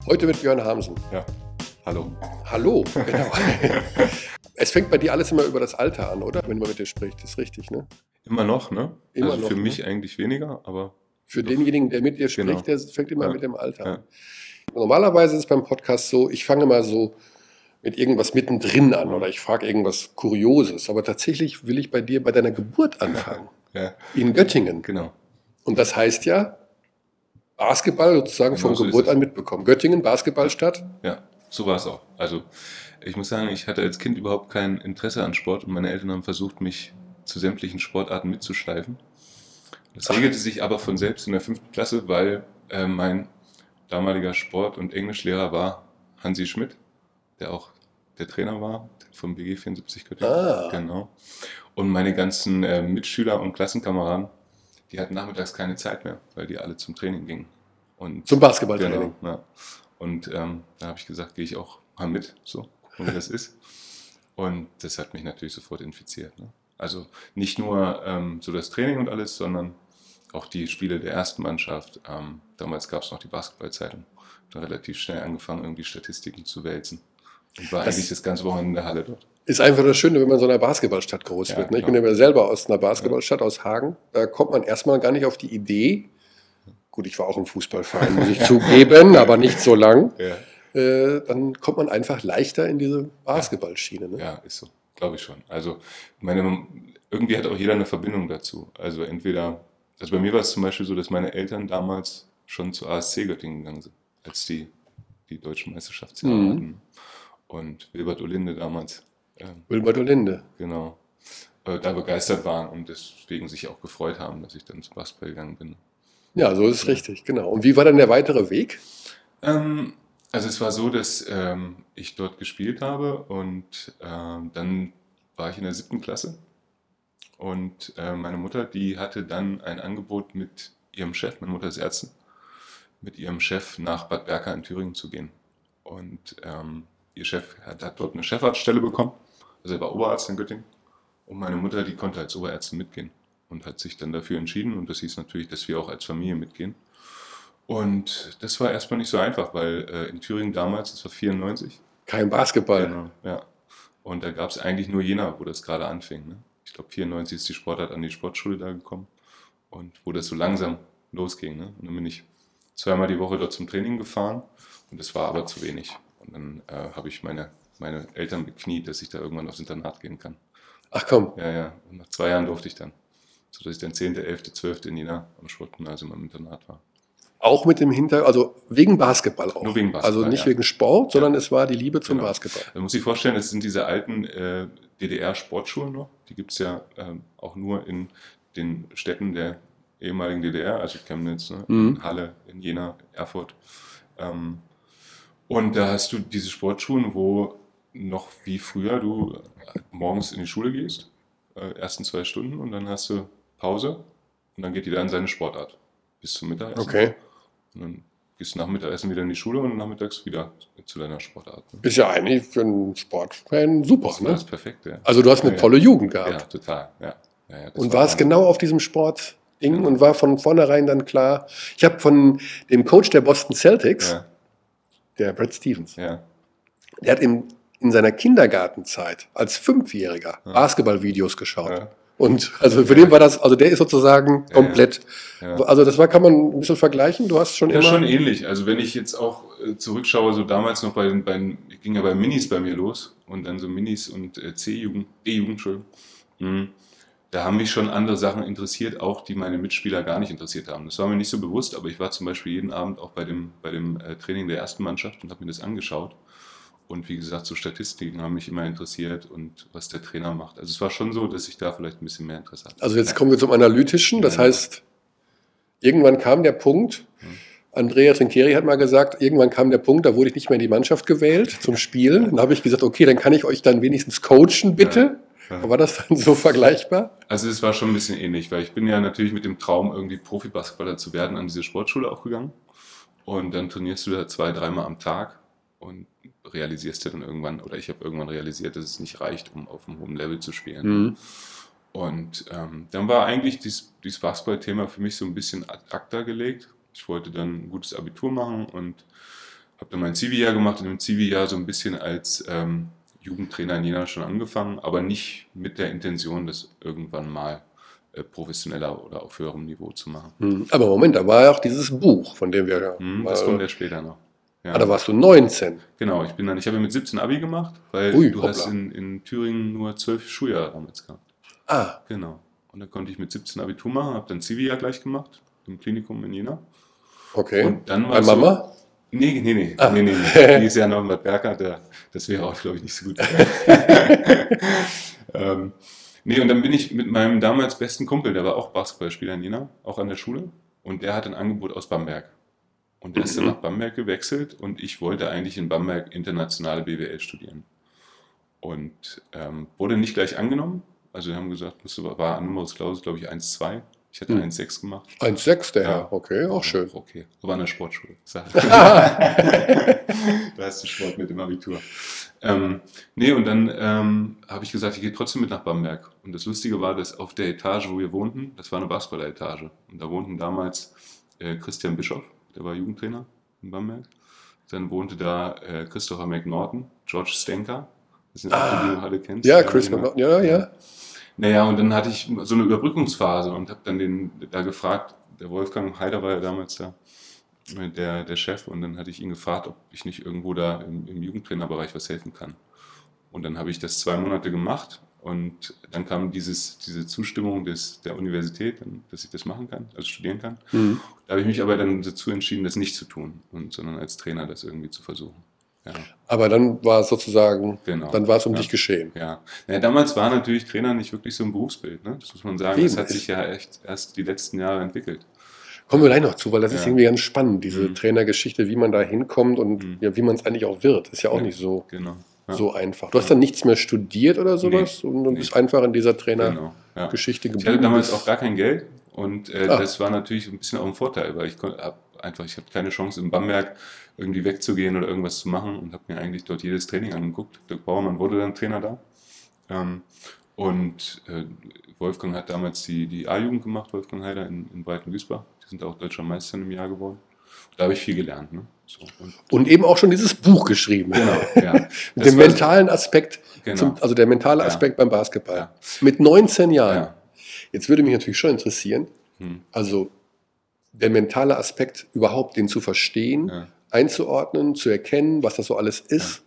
Heute mit Björn Hamsen. Ja, hallo. Hallo, genau. Es fängt bei dir alles immer über das Alter an, oder? Wenn man mit dir spricht, das ist richtig, ne? Immer noch, ne? Immer also noch, für ne? mich eigentlich weniger, aber Für doch, denjenigen, der mit dir spricht, genau. der fängt immer Ja, mit dem Alter ja. an. Normalerweise ist es beim Podcast so, ich fange mal so mit irgendwas mittendrin an oder ich frage irgendwas Kurioses. Aber tatsächlich will ich bei dir bei deiner Geburt anfangen. Ja, In Göttingen. genau. Und das heißt ja, Basketball sozusagen Genau von so ist Geburt es. an mitbekommen. Göttingen, Basketballstadt. Ja, so war es auch. Also ich muss sagen, ich hatte als Kind überhaupt kein Interesse an Sport und meine Eltern haben versucht, mich zu sämtlichen Sportarten mitzuschleifen. Das regelte sich aber von selbst in der 5. Klasse, weil mein damaliger Sport- und Englischlehrer war Hansi Schmidt, der auch der Trainer war vom BG 74 Göttingen. Ah. Genau. Und meine ganzen Mitschüler und Klassenkameraden, die hatten nachmittags keine Zeit mehr, weil die alle zum Training gingen. Und Zum Basketballtraining. Genau, ja. Und da habe ich gesagt, gehe ich auch mal mit, so, gucken, wie das ist. Und das hat mich natürlich sofort infiziert. Ne? Also nicht nur so das Training und alles, sondern auch die Spiele der ersten Mannschaft. Damals gab es noch die Basketballzeitung. Da relativ schnell angefangen, irgendwie Statistiken zu wälzen. Und war eigentlich das ganze Wochenende in der Halle dort. Ist einfach das Schöne, wenn man in so einer Basketballstadt groß Ja, wird. Ne? Ich genau. bin ja selber aus einer Basketballstadt, aus Hagen. Da kommt man erstmal gar nicht auf die Idee. Gut, ich war auch im Fußballverein, muss ich zugeben, aber nicht so lang. Ja, Dann kommt man einfach leichter in diese Basketballschiene. Ne? ja, ist so, glaube ich schon. Also irgendwie hat auch jeder eine Verbindung dazu. Also entweder, also bei mir war es zum Beispiel so, dass meine Eltern damals schon zu ASC Göttingen gegangen sind, als die deutschen Meisterschaftsjahre hatten. Und Wilbert Olinde damals, Wilbert Olinde. genau, da begeistert waren und deswegen sich auch gefreut haben, dass ich dann zum Basketball gegangen bin. Ja, so ist es richtig, genau. Und wie war dann der weitere Weg? Also es war so, dass ich dort gespielt habe und dann war ich in der 7. Klasse und meine Mutter, die hatte dann ein Angebot mit ihrem Chef, meine Mutter ist Ärztin, mit ihrem Chef nach Bad Berka in Thüringen zu gehen. Und ihr Chef hat dort eine Chefarztstelle bekommen, also er war Oberarzt in Göttingen und meine Mutter, die konnte als Oberärztin mitgehen und hat sich dann dafür entschieden und das hieß natürlich, dass wir auch als Familie mitgehen. Und das war erstmal nicht so einfach, weil in Thüringen damals, das war 94. Kein Basketball. Genau, ja. Und da gab es eigentlich nur Jena, wo das gerade anfing. Ne? Ich glaube, 94 ist die Sportart an die Sportschule da gekommen und wo das so langsam losging. Ne? Und dann bin ich zweimal die Woche dort zum Training gefahren und das war aber zu wenig. Und dann habe ich meine Eltern bekniet, dass ich da irgendwann aufs Internat gehen kann. Ach komm. Ja, ja. Und nach 2 Jahren durfte ich dann. Sodass ich dann 10., 11., 12. in Jena am Sportgymnasium im Internat war. Auch mit dem Hintergrund, also wegen Basketball auch. Nur wegen Basketball, Also nicht ja. wegen Sport, sondern es war die Liebe zum Genau. Basketball. Man muss sich vorstellen, das sind diese alten DDR-Sportschulen noch. Die gibt es ja auch nur in den Städten der ehemaligen DDR, also Chemnitz, ne? In Halle, in Jena, Erfurt. Und da hast du diese Sportschulen, wo noch wie früher du morgens in die Schule gehst, ersten 2 Stunden und dann hast du Pause und dann geht jeder an seine Sportart bis zum Mittagessen. Okay. Und dann gehst du nach Mittagessen wieder in die Schule und nachmittags wieder zu deiner Sportart. Ne? Ist ja eigentlich für einen Sportfan super. Das war Ne? das Perfekte. Ja. Also du hast eine tolle Jugend Ja, gehabt. total. Ja. Ja, das Und war warst Wahnsinn. genau auf diesem Sportding und war von vornherein dann klar. Ich habe von dem Coach der Boston Celtics, Ja, der Brad Stevens, ja, der hat in seiner Kindergartenzeit als 5-Jähriger Basketballvideos geschaut. ja. Und also für den war das, also der ist sozusagen komplett, Ja. also das kann man ein bisschen vergleichen, du hast schon Ja, immer... schon ähnlich. Also wenn ich jetzt auch zurückschaue, so damals noch ging ja bei Minis bei mir los und dann so Minis und D-Jugend, Entschuldigung. Da haben mich schon andere Sachen interessiert, auch die meine Mitspieler gar nicht interessiert haben. Das war mir nicht so bewusst, aber ich war zum Beispiel jeden Abend auch bei dem Training der ersten Mannschaft und habe mir das angeschaut. Und wie gesagt, so Statistiken haben mich immer interessiert und was der Trainer macht. Also es war schon so, dass ich da vielleicht ein bisschen mehr Interesse hatte. Also jetzt kommen wir zum Analytischen, das Ja. heißt, irgendwann kam der Punkt, Andrea Trinchieri hat mal gesagt, irgendwann kam der Punkt, da wurde ich nicht mehr in die Mannschaft gewählt zum Spielen. Dann habe ich gesagt, okay, dann kann ich euch dann wenigstens coachen, bitte. Ja. War das dann so vergleichbar? Also es war schon ein bisschen ähnlich, weil ich bin ja natürlich mit dem Traum, irgendwie Profi-Basketballer zu werden, an diese Sportschule auch gegangen. Und dann trainierst du da 2-3 Mal am Tag und realisierst du dann irgendwann, oder ich habe irgendwann realisiert, dass es nicht reicht, um auf einem hohen Level zu spielen. Und dann war eigentlich dieses Basketball-Thema für mich so ein bisschen ad acta gelegt. Ich wollte dann ein gutes Abitur machen und habe dann mein Zivi-Jahr gemacht und im Zivi-Jahr so ein bisschen als Jugendtrainer in Jena schon angefangen, aber nicht mit der Intention, das irgendwann mal professioneller oder auf höherem Niveau zu machen. Aber Moment, da war ja auch dieses Buch, von dem wir Das kommt ja später noch. Ja. Da warst du 19. Genau, ich habe mit 17 Abi gemacht, weil du hast in Thüringen nur 12 Schuljahre damals gehabt. Ah. Genau. Und da konnte ich mit 17 Abitur machen, habe dann Zivi-Jahr gleich gemacht, im Klinikum in Jena. Okay. Und dann war bei Mama? Nee. Die ist ja noch in Bad Berka, das wäre auch, glaube ich, nicht so gut. Und dann bin ich mit meinem damals besten Kumpel, der war auch Basketballspieler in Jena, auch an der Schule, und der hat ein Angebot aus Bamberg. Und der ist dann nach Bamberg gewechselt und ich wollte eigentlich in Bamberg internationale BWL studieren. Und wurde nicht gleich angenommen. Also wir haben gesagt, war Numerus Clausus, glaube ich, 1,2. Ich hatte 1,6 gemacht. 1,6, der Herr, okay, auch schön. Okay, aber an der Sportschule. Da hast du Sport mit dem Abitur. Und dann habe ich gesagt, ich gehe trotzdem mit nach Bamberg. Und das Lustige war, dass auf der Etage, wo wir wohnten, das war eine Basketball-Etage. Und da wohnten damals Christian Bischoff, der war Jugendtrainer in Bamberg. Dann wohnte da Christopher McNaughton, George Stenker. Das sind auch die du alle kennst. Ja, Chris McNaughton, ja. Naja, und dann hatte ich so eine Überbrückungsphase und habe dann da gefragt, der Wolfgang Heider war ja damals da, der Chef, und dann hatte ich ihn gefragt, ob ich nicht irgendwo da im Jugendtrainerbereich was helfen kann. Und dann habe ich das 2 Monate gemacht und dann kam diese Zustimmung der Universität, dass ich das machen kann, also studieren kann. Da habe ich mich aber dann dazu entschieden, das nicht zu tun, sondern als Trainer das irgendwie zu versuchen. Ja. Aber dann war es sozusagen, dann war es um dich geschehen. Ja. Naja, damals war natürlich Trainer nicht wirklich so ein Berufsbild, ne? Das muss man sagen. Das hat sich ja echt erst die letzten Jahre entwickelt. Kommen wir gleich noch zu, weil das ist irgendwie ganz spannend, diese Trainergeschichte, wie man da hinkommt und wie man es eigentlich auch wird. Ist ja auch nicht so, so einfach. Du hast dann nichts mehr studiert oder sowas und bist einfach in dieser Trainergeschichte geblieben. Ich hatte damals auch gar kein Geld und das war natürlich ein bisschen auch ein Vorteil, weil ich hatte keine Chance in Bamberg irgendwie wegzugehen oder irgendwas zu machen und habe mir eigentlich dort jedes Training angeguckt. Dirk Bauermann wurde dann Trainer da. Und Wolfgang hat damals die A-Jugend gemacht, Wolfgang Heider in Breiten-Güßbach. Die sind auch deutscher Meister im Jahr geworden. Da habe ich viel gelernt. Ne? So, und eben auch schon dieses Buch geschrieben. Genau, ja. Mit dem mentalen Aspekt, also der mentale Aspekt beim Basketball. Ja. Mit 19 Jahren. Ja. Jetzt würde mich natürlich schon interessieren, also der mentale Aspekt überhaupt, den zu verstehen, einzuordnen, zu erkennen, was das so alles ist.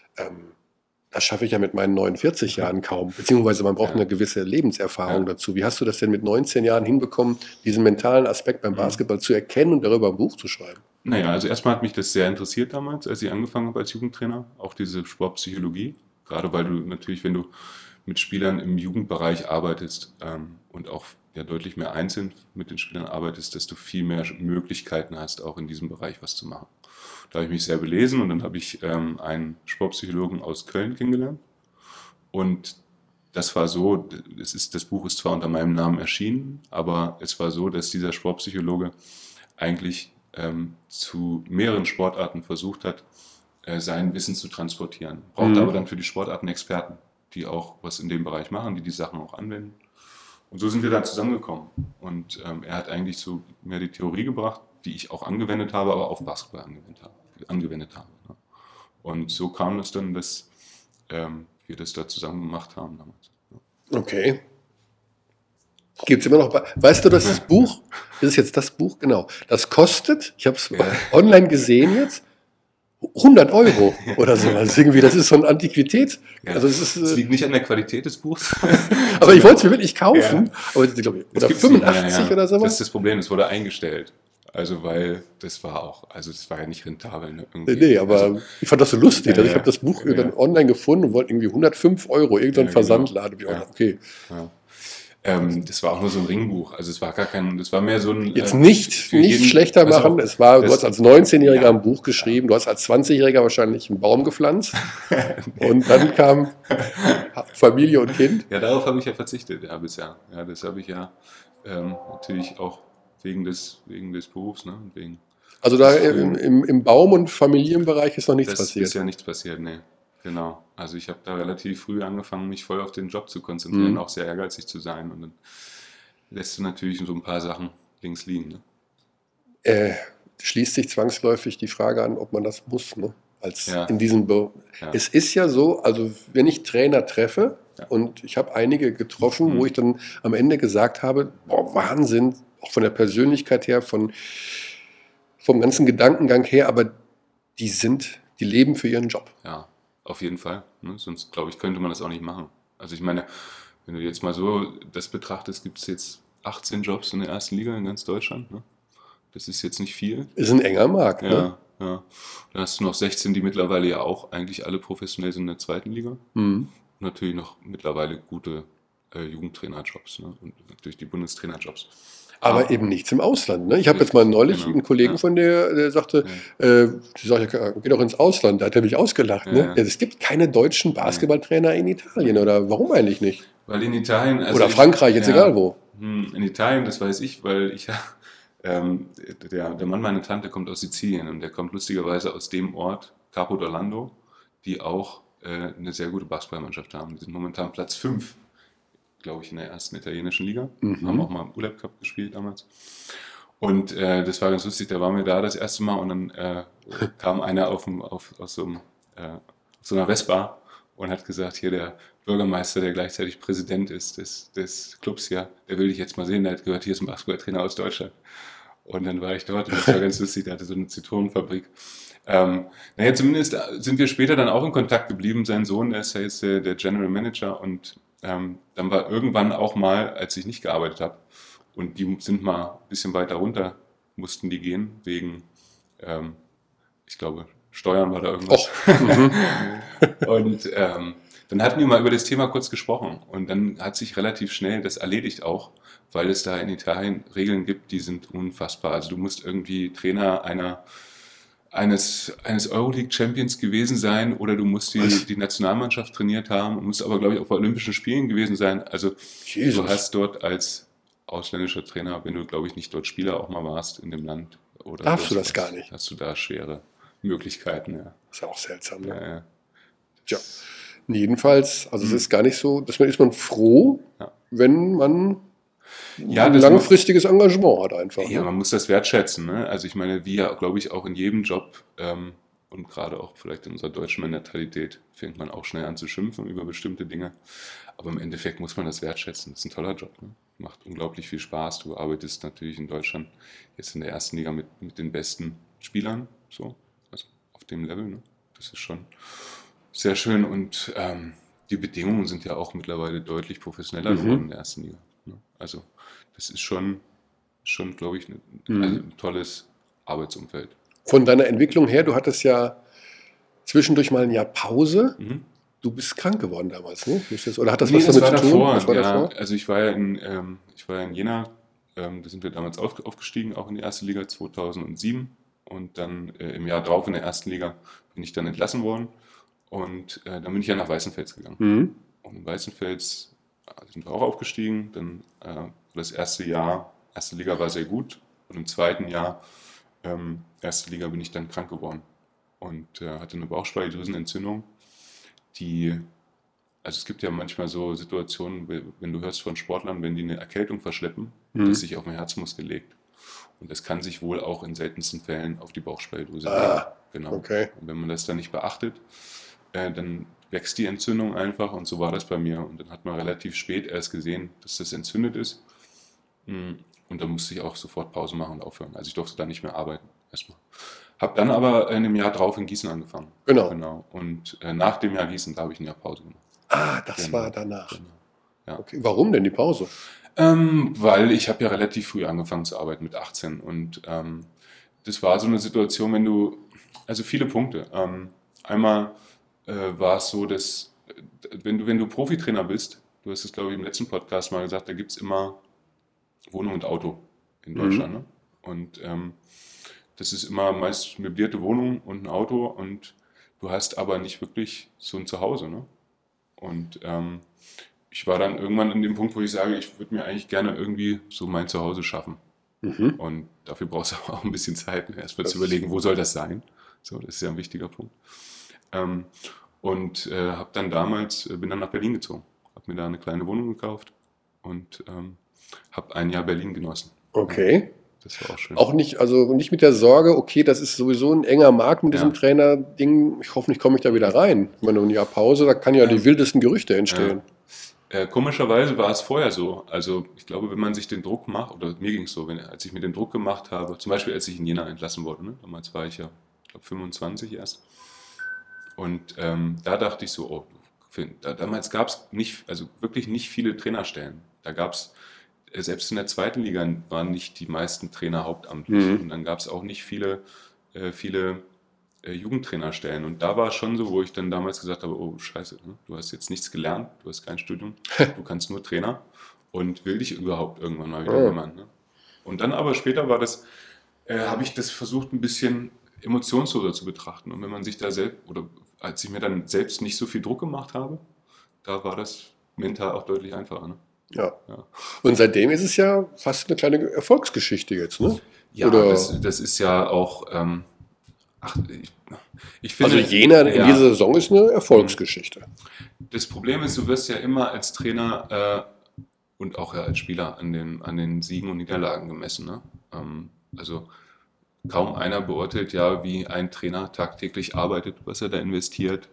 Das schaffe ich ja mit meinen 49 Jahren kaum. Beziehungsweise man braucht eine gewisse Lebenserfahrung dazu. Wie hast du das denn mit 19 Jahren hinbekommen, diesen mentalen Aspekt beim Basketball zu erkennen und darüber ein Buch zu schreiben? Naja, also erstmal hat mich das sehr interessiert damals, als ich angefangen habe als Jugendtrainer. Auch diese Sportpsychologie. Gerade weil du natürlich, wenn du mit Spielern im Jugendbereich arbeitest und auch deutlich mehr einzeln mit den Spielern arbeitest, desto viel mehr Möglichkeiten hast, auch in diesem Bereich was zu machen. Da habe ich mich sehr belesen und dann habe ich einen Sportpsychologen aus Köln kennengelernt. Und das war so, das Buch ist zwar unter meinem Namen erschienen, aber es war so, dass dieser Sportpsychologe eigentlich zu mehreren Sportarten versucht hat, sein Wissen zu transportieren. Brauchte aber dann für die Sportarten Experten, die auch was in dem Bereich machen, die Sachen auch anwenden. Und so sind wir dann zusammengekommen. Und er hat eigentlich so mehr die Theorie gebracht, die ich auch angewendet habe, aber auf Basketball angewendet habe. Ne? Und so kam es dann, dass wir das da zusammen gemacht haben damals. Ja. Okay. Gibt es immer noch, weißt du, das Buch, das ist jetzt das Buch, genau, das kostet, ich habe es online gesehen jetzt, 100 € oder so. Also irgendwie, das ist so eine Antiquität. Ja, also es liegt nicht an der Qualität des Buchs. Aber ich wollte es mir wirklich kaufen. Ja. Aber glaube ich, oder 85 oder sowas. Das ist das Problem, es wurde eingestellt. Also weil das war ja nicht rentabel. Ne, nee, aber ich fand das so lustig. Also ich habe das Buch dann online gefunden und wollte irgendwie 105 €, irgendein Versandladen. Genau. Okay. Ja. Das war auch nur so ein Ringbuch. Also es war das war mehr so ein... Jetzt nicht schlechter machen. Du hast als 19-Jähriger ein Buch geschrieben, du hast als 20-Jähriger wahrscheinlich einen Baum gepflanzt und dann kam Familie und Kind. Ja, darauf habe ich ja verzichtet, bisher. Ja, das habe ich natürlich auch wegen des Berufs, ne? Also da im Baum- und Familienbereich ist noch nichts passiert? Das ist ja nichts passiert, nee. Genau, also ich habe da relativ früh angefangen, mich voll auf den Job zu konzentrieren, auch sehr ehrgeizig zu sein und dann lässt du natürlich so ein paar Sachen links liegen. Ne? schließt sich zwangsläufig die Frage an, ob man das muss, ne? In diesem Es ist ja so, also wenn ich Trainer treffe, und ich habe einige getroffen, wo ich dann am Ende gesagt habe, boah, Wahnsinn, auch von der Persönlichkeit her, vom ganzen Gedankengang her, aber die leben für ihren Job. Ja, auf jeden Fall. Ne? Sonst, glaube ich, könnte man das auch nicht machen. Also ich meine, wenn du jetzt mal so das betrachtest, gibt es jetzt 18 Jobs in der ersten Liga in ganz Deutschland. Ne? Das ist jetzt nicht viel. Ist ein enger Markt, ne? Ja. Dann hast du noch 16, die mittlerweile ja auch eigentlich alle professionell sind in der zweiten Liga. Und natürlich noch mittlerweile gute Jugendtrainerjobs, ne? Und natürlich die Bundestrainerjobs. Aber eben nichts im Ausland. Ne? Ich habe jetzt mal neulich einen Kollegen von der sagte, geh doch ins Ausland. Da hat er mich ausgelacht. Ne? Es gibt keine deutschen Basketballtrainer in Italien. Oder warum eigentlich nicht? Weil in Italien... Also oder Frankreich, jetzt egal wo. In Italien, das weiß ich, weil ich der Mann meiner Tante kommt aus Sizilien und der kommt lustigerweise aus dem Ort, Capo d'Orlando, die auch eine sehr gute Basketballmannschaft haben. Die sind momentan Platz 5, glaube ich, in der ersten italienischen Liga. Haben auch mal im Uleb Cup gespielt damals. Und das war ganz lustig, da waren wir da das erste Mal und dann kam einer aus so einer Vespa und hat gesagt, hier der Bürgermeister, der gleichzeitig Präsident ist des Clubs hier, der will dich jetzt mal sehen, der hat gehört, hier ist ein Basketballtrainer aus Deutschland. Und dann war ich dort und das war ganz lustig, der hatte so eine Zitronenfabrik. Zumindest sind wir später dann auch in Kontakt geblieben. Sein Sohn, der ist ja jetzt der General Manager und dann war irgendwann auch mal, als ich nicht gearbeitet habe und die sind mal ein bisschen weiter runter, mussten die gehen, wegen, ich glaube, Steuern war da irgendwas. Und dann hatten wir mal über das Thema kurz gesprochen und dann hat sich relativ schnell das erledigt auch, weil es da in Italien Regeln gibt, die sind unfassbar. Also du musst irgendwie Trainer eines Euroleague-Champions gewesen sein oder du musst die Nationalmannschaft trainiert haben und musst aber, glaube ich, auch bei Olympischen Spielen gewesen sein. Also du hast dort als ausländischer Trainer, wenn du, glaube ich, nicht dort Spieler auch mal warst in dem Land. Oder darfst du das gar nicht? Hast du da schwere Möglichkeiten, ja. Ist ja auch seltsam, ne? Ja. Jedenfalls, also es ist gar nicht so, ist man froh, wenn man ein langfristiges Engagement hat einfach. Ja, man muss das wertschätzen. Ne? Also ich meine, wie ja, glaube ich, auch in jedem Job und gerade auch vielleicht in unserer deutschen Mentalität fängt man auch schnell an zu schimpfen über bestimmte Dinge. Aber im Endeffekt muss man das wertschätzen. Das ist ein toller Job. Ne? Macht unglaublich viel Spaß. Du arbeitest natürlich in Deutschland jetzt in der ersten Liga mit den besten Spielern, so, also auf dem Level. Ne? Das ist schon sehr schön und die Bedingungen sind ja auch mittlerweile deutlich professioneller geworden in der ersten Liga. Ne? Also das ist schon glaube ich, ein tolles Arbeitsumfeld. Von deiner Entwicklung her, du hattest ja zwischendurch mal ein Jahr Pause. Du bist krank geworden damals, ne? Oder hat das was damit zu tun? Das war davor. Also ich war ja in Jena, da sind wir damals aufgestiegen, auch in die erste Liga 2007 und dann im Jahr drauf in der ersten Liga bin ich dann entlassen worden und dann bin ich ja nach Weißenfels gegangen. Und in Weißenfels sind wir auch aufgestiegen, dann das erste Jahr, erste Liga war sehr gut und im zweiten Jahr, erste Liga bin ich dann krank geworden und hatte eine Bauchspeicheldrüsenentzündung, also es gibt ja manchmal so Situationen, wenn du hörst von Sportlern, wenn die eine Erkältung verschleppen, das sich auf den Herzmuskel legt. Und das kann sich wohl auch in seltensten Fällen auf die Bauchspeicheldrüse legen. Genau. Okay. Und wenn man das dann nicht beachtet, dann wächst die Entzündung einfach und so war das bei mir. Und dann hat man relativ spät erst gesehen, dass das entzündet ist. Und dann musste ich auch sofort Pause machen und aufhören. Also ich durfte da nicht mehr arbeiten erstmal. Habe dann aber in einem Jahr drauf in Gießen angefangen. Genau. Und nach dem Jahr Gießen, da habe ich ein Jahr Pause gemacht. Das war danach. Genau. Ja. Okay. Warum denn die Pause? Weil ich habe ja relativ früh angefangen zu arbeiten mit 18 und das war so eine Situation, also viele Punkte. Einmal war es so, dass wenn du Profitrainer bist, du hast es glaube ich im letzten Podcast mal gesagt, da gibt es immer Wohnung und Auto in Deutschland. Ne? Und das ist immer meist möblierte Wohnung und ein Auto und du hast aber nicht wirklich so ein Zuhause. Ne? Und ich war dann irgendwann an dem Punkt, wo ich sage, ich würde mir eigentlich gerne irgendwie so mein Zuhause schaffen. Und dafür brauchst du auch ein bisschen Zeit, erst mal zu überlegen, wo soll das sein. So, das ist ja ein wichtiger Punkt. Und bin dann nach Berlin gezogen. Habe mir da eine kleine Wohnung gekauft und habe ein Jahr Berlin genossen. Okay. Das war auch schön. Auch nicht, also nicht mit der Sorge, okay, das ist sowieso ein enger Markt mit diesem Trainer-Ding. Hoffentlich komme ich da wieder rein. Ich meine, ein Jahr Pause, da kann ja die wildesten Gerüchte entstehen. Komischerweise war es vorher so. Also ich glaube, wenn man sich den Druck macht, oder mir ging es so, als ich mir den Druck gemacht habe, zum Beispiel als ich in Jena entlassen wurde, ne? Damals war ich ja, ich glaube 25 erst. Und da dachte ich so, oh, damals gab es wirklich nicht viele Trainerstellen. Da gab es, selbst in der zweiten Liga waren nicht die meisten Trainer hauptamtlich. Und dann gab es auch nicht viele Jugendtrainerstellen. Und da war es schon so, wo ich dann damals gesagt habe, oh scheiße, ne? Du hast jetzt nichts gelernt, du hast kein Studium, du kannst nur Trainer und will dich überhaupt irgendwann mal wieder jemand. Ne? Und dann aber später habe ich das versucht, ein bisschen emotionsloser zu betrachten. Und wenn man sich da als ich mir dann selbst nicht so viel Druck gemacht habe, da war das mental auch deutlich einfacher. Ne? Ja. Und seitdem ist es ja fast eine kleine Erfolgsgeschichte jetzt, ne? Ja, das ist ja auch, ich finde... Also Jena in dieser Saison ist eine Erfolgsgeschichte. Das Problem ist, du wirst ja immer als Trainer und auch als Spieler an den Siegen und Niederlagen gemessen. Ne? Also kaum einer beurteilt ja, wie ein Trainer tagtäglich arbeitet, was er da investiert.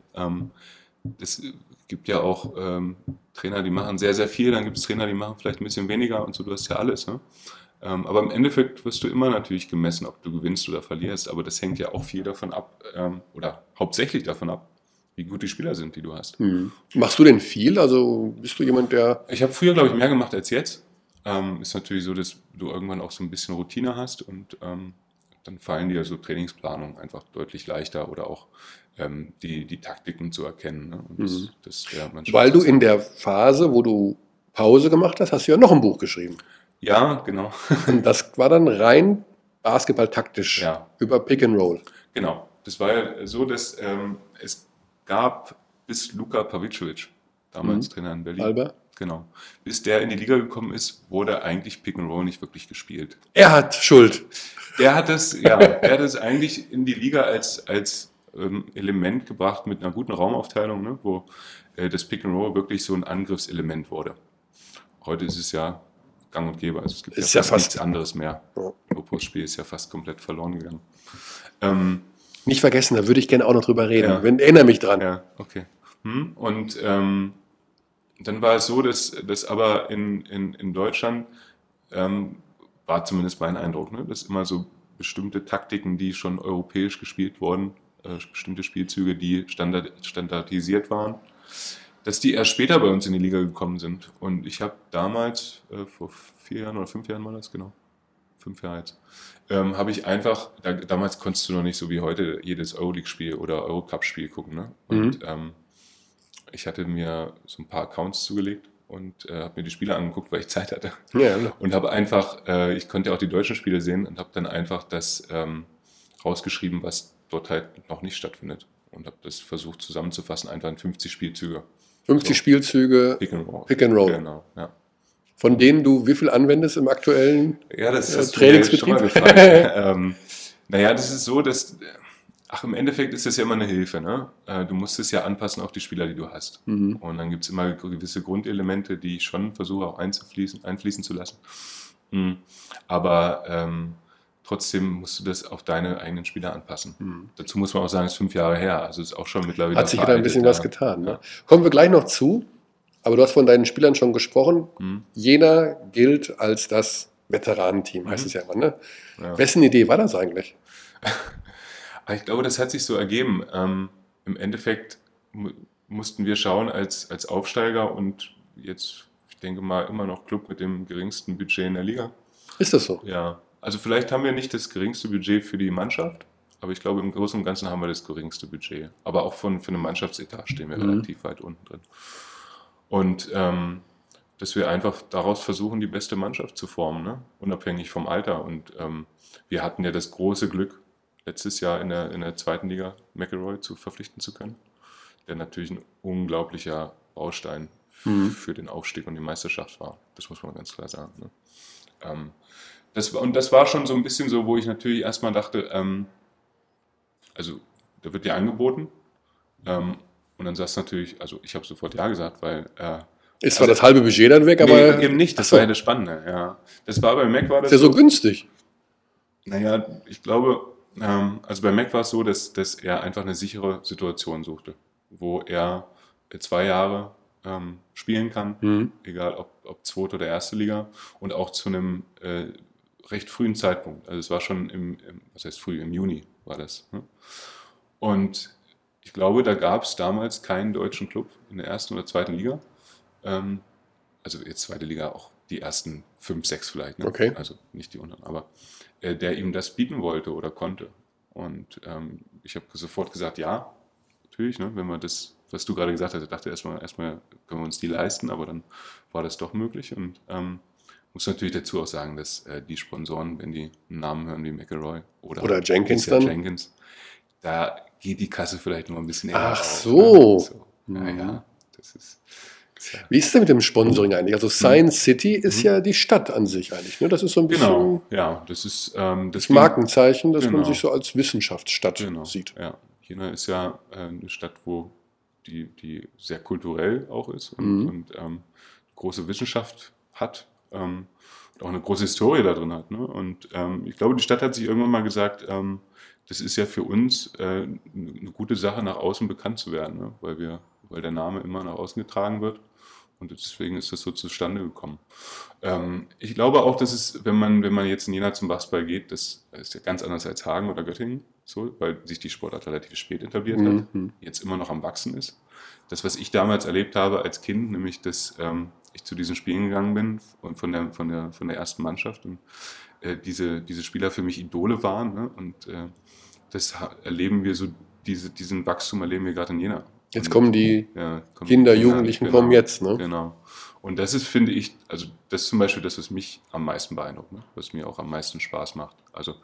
Es gibt ja auch Trainer, die machen sehr, sehr viel, dann gibt es Trainer, die machen vielleicht ein bisschen weniger und so, du hast ja alles. Ne? Aber im Endeffekt wirst du immer natürlich gemessen, ob du gewinnst oder verlierst, aber das hängt ja auch viel davon ab, oder hauptsächlich davon ab, wie gut die Spieler sind, die du hast. Machst du denn viel? Also bist du jemand, der... Ich habe früher, glaube ich, mehr gemacht als jetzt. Ist natürlich so, dass du irgendwann auch so ein bisschen Routine hast und dann fallen dir so Trainingsplanungen einfach deutlich leichter oder auch die Taktiken zu erkennen. Ne? Und weil du in der Phase, wo du Pause gemacht hast, hast du ja noch ein Buch geschrieben. Ja, genau. Und das war dann rein basketballtaktisch über Pick and Roll. Genau. Das war ja so, dass es gab bis Luka Pavicevic, damals Trainer in Berlin. Albert? Genau. Bis der in die Liga gekommen ist, wurde eigentlich Pick and Roll nicht wirklich gespielt. Er hat Schuld. Er hat es eigentlich in die Liga als Element gebracht mit einer guten Raumaufteilung, ne, wo das Pick and Roll wirklich so ein Angriffselement wurde. Heute ist es ja gang und gäbe, also es gibt ja fast nichts anderes mehr. Das Postspiel ist ja fast komplett verloren gegangen. Nicht vergessen, da würde ich gerne auch noch drüber reden. Erinnere mich dran. Ja, okay. Und dann war es so, dass aber in Deutschland war zumindest mein Eindruck, ne, dass immer so bestimmte Taktiken, die schon europäisch gespielt wurden, bestimmte Spielzüge, die standardisiert waren, dass die erst später bei uns in die Liga gekommen sind. Und ich habe damals, vor 4 Jahren oder 5 Jahren war das, genau, 5 Jahre jetzt, habe ich einfach, damals konntest du noch nicht so wie heute jedes Euroleague-Spiel oder Eurocup-Spiel gucken. Ne? Und ich hatte mir so ein paar Accounts zugelegt und habe mir die Spiele angeguckt, weil ich Zeit hatte. Ja. Und habe einfach, ich konnte ja auch die deutschen Spiele sehen und habe dann einfach das rausgeschrieben, was dort halt noch nicht stattfindet. Und habe das versucht zusammenzufassen, einfach in 50 Spielzüge. 50 Spielzüge, Pick and Roll. Pick and Roll. Genau, ja. Von denen du wie viel anwendest im aktuellen Trainingsbetrieb? Das ist so, dass... im Endeffekt ist das ja immer eine Hilfe. Ne? Du musst es ja anpassen auf die Spieler, die du hast. Und dann gibt es immer gewisse Grundelemente, die ich schon versuche auch einfließen zu lassen. Aber trotzdem musst du das auf deine eigenen Spieler anpassen. Dazu muss man auch sagen, es ist 5 Jahre her. Also ist auch schon mittlerweile hat sich wieder ein bisschen was getan. Ne? Kommen wir gleich noch zu. Aber du hast von deinen Spielern schon gesprochen. Jena gilt als das Veteranenteam, heißt es ja immer. Ne? Ja. Wessen Idee war das eigentlich? Ich glaube, das hat sich so ergeben. Im Endeffekt mussten wir schauen als Aufsteiger und jetzt, ich denke mal, immer noch Club mit dem geringsten Budget in der Liga. Ist das so? Ja. Also vielleicht haben wir nicht das geringste Budget für die Mannschaft, aber ich glaube, im Großen und Ganzen haben wir das geringste Budget. Aber auch für eine Mannschaftsetat stehen wir relativ weit unten drin. Und dass wir einfach daraus versuchen, die beste Mannschaft zu formen, ne? Unabhängig vom Alter. Und wir hatten ja das große Glück, letztes Jahr in der zweiten Liga McElroy zu verpflichten zu können, der natürlich ein unglaublicher Baustein für den Aufstieg und die Meisterschaft war. Das muss man ganz klar sagen. Ne? Das war schon so ein bisschen so, wo ich natürlich erstmal dachte, also da wird dir angeboten und dann sagst du natürlich, also ich habe sofort ja gesagt, weil... ist zwar das halbe Budget dann weg, aber... Nee, eben nicht, das war ja das Spannende. Ja. Das war bei Mac war das ist ja so günstig. Naja, ich glaube, also bei Mac war es so, dass er einfach eine sichere Situation suchte, wo er 2 Jahre spielen kann, egal ob zweite oder erste Liga und auch zu einem recht frühen Zeitpunkt. Also es war schon was heißt früh, im Juni war das. Ne? Und ich glaube, da gab es damals keinen deutschen Club in der ersten oder zweiten Liga. Also jetzt zweite Liga auch die ersten 5, 6 vielleicht, ne? Okay. Also nicht die unteren, aber der ihm das bieten wollte oder konnte. Und ich habe sofort gesagt, ja, natürlich, ne? Wenn wir das, was du gerade gesagt hast, ich dachte erstmal können wir uns die leisten, aber dann war das doch möglich. Und muss natürlich dazu auch sagen, dass die Sponsoren, wenn die einen Namen hören wie McElroy oder Jenkins dann, Jenkins, da geht die Kasse vielleicht noch ein bisschen eher ach auf. so. Ne? Ja, das ist. Wie ist es denn mit dem Sponsoring eigentlich? Also Science City ist ja die Stadt an sich eigentlich. Ne? Das ist so ein bisschen Genau, ja, das ist das Markenzeichen, dass man genau. sich so als Wissenschaftsstadt Genau, sieht. ja. Jena ist ja eine Stadt, wo die sehr kulturell auch ist und große Wissenschaft hat und auch eine große Historie da drin hat. Ne? Und ich glaube, die Stadt hat sich irgendwann mal gesagt, das ist ja für uns eine gute Sache, nach außen bekannt zu werden, ne? Weil der Name immer nach außen getragen wird. Und deswegen ist das so zustande gekommen. Ich glaube auch, dass es, wenn man jetzt in Jena zum Basketball geht, das ist ja ganz anders als Hagen oder Göttingen, so, weil sich die Sportart relativ spät etabliert hat, jetzt immer noch am Wachsen ist. Das, was ich damals erlebt habe als Kind, nämlich, dass ich zu diesen Spielen gegangen bin und von der ersten Mannschaft und diese Spieler für mich Idole waren. Ne? Und das erleben wir so, diesen Wachstum erleben wir gerade in Jena. Jetzt kommen die Kinder, Jugendlichen genau, kommen jetzt, ne? Genau. Und das ist, finde ich, also das ist zum Beispiel das, was mich am meisten beeindruckt, ne? Was mir auch am meisten Spaß macht. Also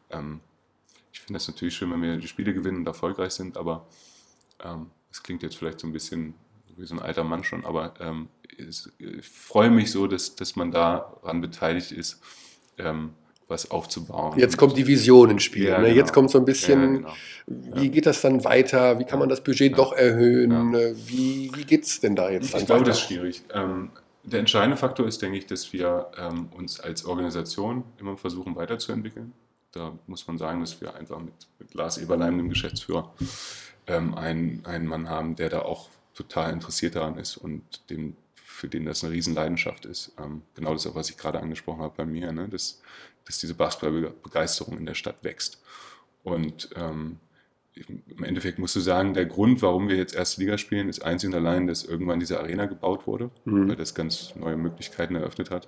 ich finde das natürlich schön, wenn wir die Spiele gewinnen und erfolgreich sind, aber es klingt jetzt vielleicht so ein bisschen wie so ein alter Mann schon, aber ich freue mich so, dass man daran beteiligt ist, was aufzubauen. Jetzt kommt die Vision ins Spiel. Ja, ne? genau. Jetzt kommt so ein bisschen, Ja, wie geht das dann weiter? Wie kann man das Budget doch erhöhen? Wie geht es denn da jetzt dann Ich glaube, weiter? das ist schwierig. Der entscheidende Faktor ist, denke ich, dass wir uns als Organisation immer versuchen weiterzuentwickeln. Da muss man sagen, dass wir einfach mit Lars Eberlein, dem Geschäftsführer, einen Mann haben, der da auch total interessiert daran ist und für den das eine Riesenleidenschaft ist. Genau das auch, was ich gerade angesprochen habe bei mir, ne? Dass diese Basketballbegeisterung in der Stadt wächst. Und im Endeffekt musst du sagen, der Grund, warum wir jetzt erste Liga spielen, ist einzig und allein, dass irgendwann diese Arena gebaut wurde, weil das ganz neue Möglichkeiten eröffnet hat.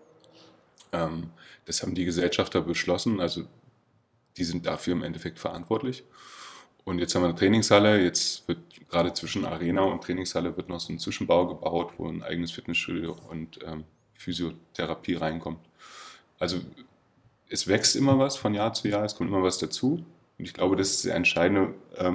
Das haben die Gesellschafter beschlossen, also die sind dafür im Endeffekt verantwortlich. Und jetzt haben wir eine Trainingshalle, jetzt wird gerade zwischen Arena und Trainingshalle wird noch so ein Zwischenbau gebaut, wo ein eigenes Fitnessstudio und Physiotherapie reinkommt. Also es wächst immer was von Jahr zu Jahr, es kommt immer was dazu. Und ich glaube, das ist der entscheidende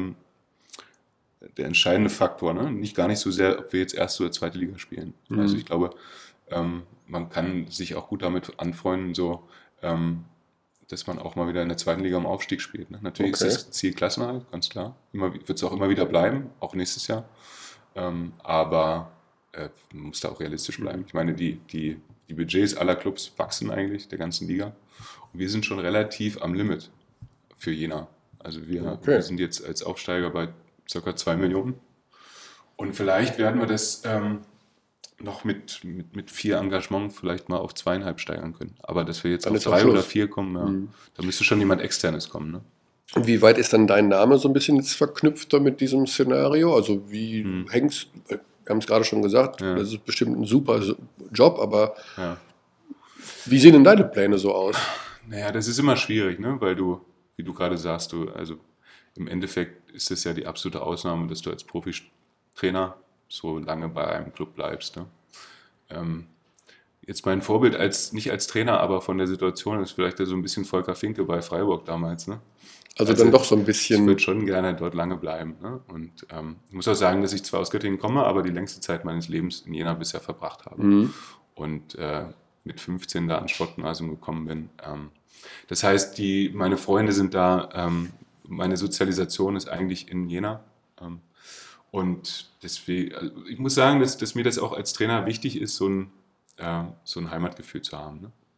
Faktor. Ne? Nicht gar nicht so sehr, ob wir jetzt erste oder zweite Liga spielen. Also ich glaube, man kann sich auch gut damit anfreunden, so, dass man auch mal wieder in der zweiten Liga im Aufstieg spielt. Ne? Natürlich ist das Ziel Klassenerhalt, ganz klar. Wird es auch immer wieder bleiben, auch nächstes Jahr. Aber man muss da auch realistisch bleiben. Ich meine, die Budgets aller Clubs wachsen eigentlich, der ganzen Liga. Und wir sind schon relativ am Limit für Jena. Also wir sind jetzt als Aufsteiger bei ca. 2 Millionen. Und vielleicht werden wir das noch mit viel Engagement vielleicht mal auf 2,5 steigern können. Aber dass wir jetzt auf 3 oder 4 kommen, da müsste schon jemand Externes kommen. Ne? Und wie weit ist dann dein Name so ein bisschen jetzt verknüpft mit diesem Szenario? Also wie hängst, wir haben es gerade schon gesagt, das ist bestimmt ein super Job, aber wie sehen denn deine Pläne so aus? Naja, das ist immer schwierig, ne? Weil wie du gerade sagst, also im Endeffekt ist es ja die absolute Ausnahme, dass du als Profitrainer so lange bei einem Club bleibst. Ne? Jetzt mein Vorbild nicht als Trainer, aber von der Situation ist vielleicht so ein bisschen Volker Finke bei Freiburg damals. Ne? Also dann doch so ein bisschen. Ich würde schon gerne dort lange bleiben. Ne? Und ich muss auch sagen, dass ich zwar aus Göttingen komme, aber die längste Zeit meines Lebens in Jena bisher verbracht habe. Und mit 15 da ans Sportgymnasium gekommen bin. Das heißt, meine Freunde sind da, meine Sozialisation ist eigentlich in Jena. Und deswegen, also ich muss sagen, dass mir das auch als Trainer wichtig ist, so ein Heimatgefühl zu haben. Ne?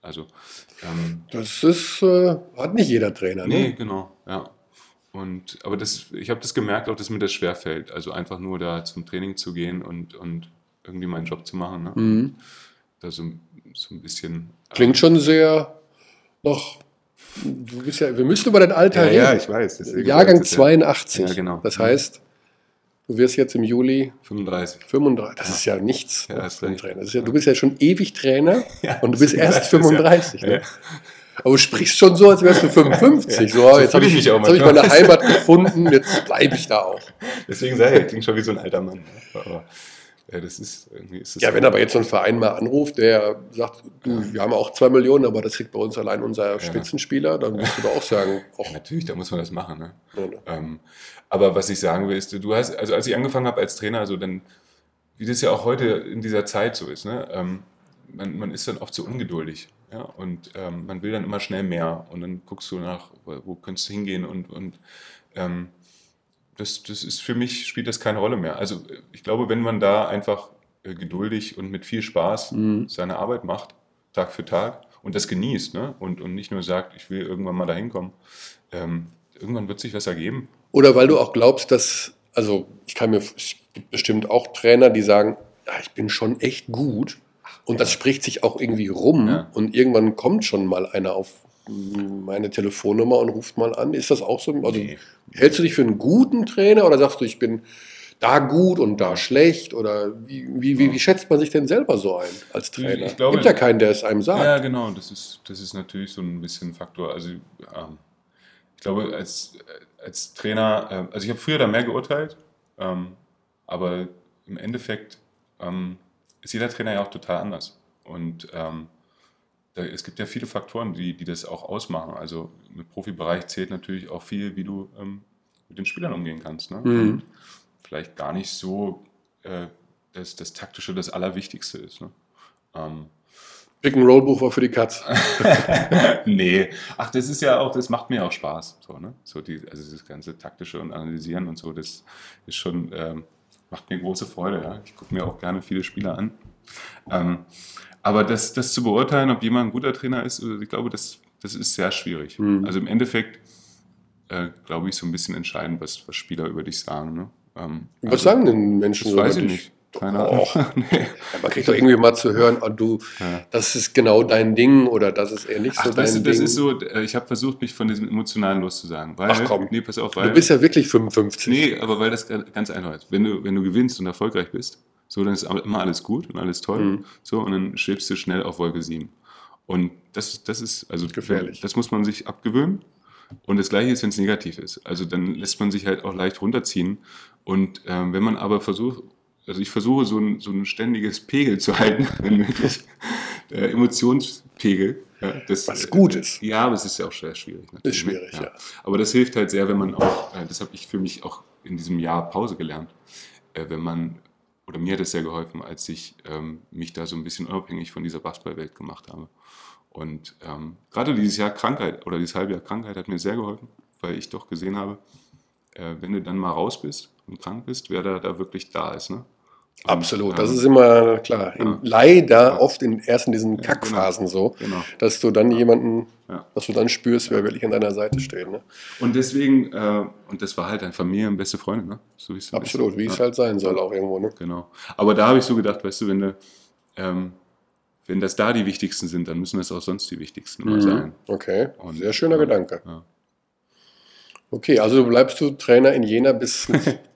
Also das ist, hat nicht jeder Trainer. Nee, genau, ja. Aber ich habe das gemerkt, auch dass mir das schwerfällt. Also einfach nur da zum Training zu gehen und irgendwie meinen Job zu machen. Ne? Da so ein bisschen. Klingt schon sehr noch. Du bist ja, wir müssen über dein Alter reden. Ja, ich weiß. Jahrgang 82. Ja, genau. Das heißt, du wirst jetzt im Juli 35. Das ist ja nichts für einen Trainer. Ja. Du bist ja schon ewig Trainer und du bist erst 35. Ja. Ne? Aber du sprichst schon so, als wärst du 55. So, jetzt habe ich meine Heimat gefunden, jetzt bleibe ich da auch. Deswegen sage ich klingt schon wie so ein alter Mann. Aber das ist ja, wenn aber jetzt so ein Verein mal anruft, der sagt, wir haben auch 2 Millionen, aber das kriegt bei uns allein unser Spitzenspieler, dann musst du doch auch sagen. Ja, natürlich, da muss man das machen. Ne? Ja. Aber was ich sagen will, ist, du hast, also als ich angefangen habe als Trainer, also dann, wie das ja auch heute in dieser Zeit so ist, ne? Man ist dann oft so ungeduldig. Ja? Und man will dann immer schnell mehr. Und dann guckst du nach, wo könntest du hingehen und das ist für mich, spielt das keine Rolle mehr. Also ich glaube, wenn man da einfach geduldig und mit viel Spaß seine Arbeit macht, Tag für Tag, und das genießt, ne? Und nicht nur sagt, ich will irgendwann mal da hinkommen, irgendwann wird sich was ergeben. Oder weil du auch glaubst, dass, also es gibt bestimmt auch Trainer, die sagen, ja, ich bin schon echt gut und das spricht sich auch irgendwie rum und irgendwann kommt schon mal einer auf meine Telefonnummer und ruft mal an. Ist das auch so? Also hältst du dich für einen guten Trainer oder sagst du, ich bin da gut und da schlecht? Oder wie schätzt man sich denn selber so ein als Trainer? Es gibt ja keinen, der es einem sagt. Ja, genau. Das ist natürlich so ein bisschen ein Faktor. Also ich glaube, als Trainer, also ich habe früher da mehr geurteilt, aber im Endeffekt ist jeder Trainer ja auch total anders. Und es gibt ja viele Faktoren, die das auch ausmachen. Also im Profibereich zählt natürlich auch viel, wie du mit den Spielern umgehen kannst. Ne? Und vielleicht gar nicht so, dass das Taktische das Allerwichtigste ist. Ne? Pick-and-Roll-Buch war für die Katz. Nee, ach, das ist ja auch, das macht mir auch Spaß. So, ne? Also das ganze Taktische und Analysieren und so, das ist schon, macht mir große Freude. Ja? Ich gucke mir auch gerne viele Spieler an. Aber das zu beurteilen, ob jemand ein guter Trainer ist, ich glaube, das ist sehr schwierig. Also im Endeffekt, glaube ich, so ein bisschen entscheidend, was Spieler über dich sagen. Ne? Was sagen denn Menschen so? Das weiß ich nicht. Keine Ahnung. Nee. Ja, man kriegt doch irgendwie mal zu hören, das ist genau dein Ding oder das ist eher nicht so dein Ding. Das ist so, ich habe versucht, mich von diesem Emotionalen loszusagen. Ach komm, nee, pass auf, du bist ja wirklich 55. Nee, aber weil das ganz einfach ist. Wenn du gewinnst und erfolgreich bist, so, dann ist immer alles gut und alles toll. So, und dann schwebst du schnell auf Wolke 7. Und das ist also gefährlich. Das muss man sich abgewöhnen. Und das Gleiche ist, wenn es negativ ist. Also dann lässt man sich halt auch leicht runterziehen. Und wenn man aber versucht, also ich versuche so ein ständiges Pegel zu halten, wenn möglich, Emotionspegel. Ja, was gut ist. Ja, aber es ist ja auch sehr schwierig. Ist schwierig, ja. Aber das hilft halt sehr, wenn man auch, das habe ich für mich auch in diesem Jahr Pause gelernt, oder mir hat es sehr geholfen, als ich mich da so ein bisschen unabhängig von dieser Basketballwelt gemacht habe. Und gerade dieses Jahr Krankheit oder dieses halbe Jahr Krankheit hat mir sehr geholfen, weil ich doch gesehen habe, wenn du dann mal raus bist und krank bist, wer da wirklich da ist. Ne? Und, absolut, das ist immer klar. Leider oft in diesen Kackphasen dass du dann jemanden, dass du dann spürst, wer wirklich an deiner Seite steht. Ne? Und deswegen, und das war halt ein Familienbeste Freunde, ne? So absolut, wie es halt sein soll auch irgendwo. Ne? Genau. Aber da habe ich so gedacht, weißt du, wenn das da die wichtigsten sind, dann müssen das auch sonst die wichtigsten mal sein. Okay, sehr schöner Gedanke. Ja. Okay, also bleibst du Trainer in Jena bis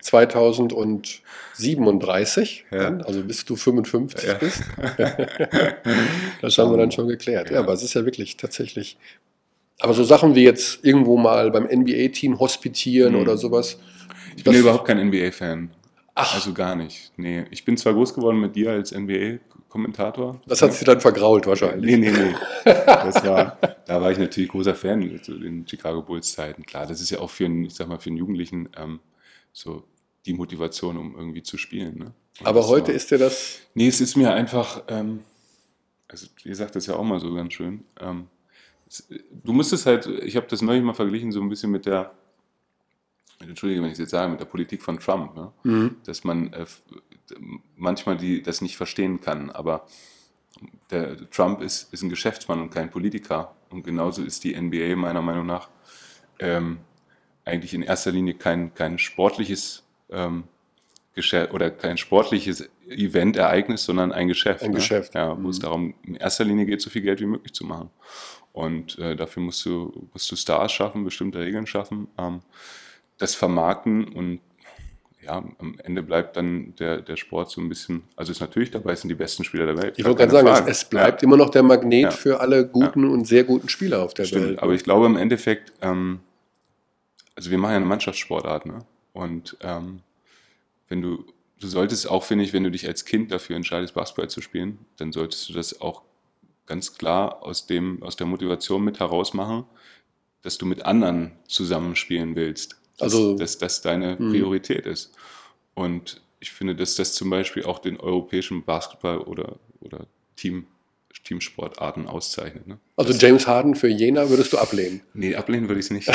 2037, also bis du 55 bist. Das haben wir dann schon geklärt. Ja, aber es ist ja wirklich tatsächlich. Aber so Sachen wie jetzt irgendwo mal beim NBA-Team hospitieren oder sowas. Ich bin ja überhaupt kein NBA-Fan. Ach. Also gar nicht. Nee, ich bin zwar groß geworden mit dir als NBA-Kommentator. Das hat sie dann vergrault wahrscheinlich. Nee. Da war ich natürlich großer Fan in den Chicago Bulls-Zeiten. Klar, das ist ja auch für einen Jugendlichen so die Motivation, um irgendwie zu spielen. Ne? Aber heute ist dir das... Nee, es ist mir einfach, also ihr sagt das ja auch mal so ganz schön, du musstest halt, ich habe das neulich mal verglichen, so ein bisschen mit der, entschuldige, wenn ich es jetzt sage, mit der Politik von Trump, ne? Dass man manchmal das nicht verstehen kann, aber der Trump ist ein Geschäftsmann und kein Politiker. Und genauso ist die NBA meiner Meinung nach eigentlich in erster Linie kein sportliches Geschäft oder kein sportliches Event-Ereignis, sondern ein Geschäft. Ein Geschäft. Ja, wo es darum in erster Linie geht, so viel Geld wie möglich zu machen. Und dafür musst du Stars schaffen, bestimmte Regeln schaffen, das vermarkten und ja, am Ende bleibt dann der Sport so ein bisschen, also ist natürlich dabei, sind die besten Spieler der Welt. Ich wollte gerade sagen, es bleibt immer noch der Magnet für alle guten und sehr guten Spieler auf der Welt. Aber ich glaube im Endeffekt, also wir machen ja eine Mannschaftssportart, ne? Und wenn du solltest auch, finde ich, wenn du dich als Kind dafür entscheidest, Basketball zu spielen, dann solltest du das auch ganz klar aus der Motivation mit heraus machen, dass du mit anderen zusammenspielen willst. Dass das deine Priorität ist. Und ich finde, dass das zum Beispiel auch den europäischen Basketball oder Teamsportarten auszeichnet. Ne? Also James Harden für Jena würdest du ablehnen? Nee, ablehnen würde ich es nicht.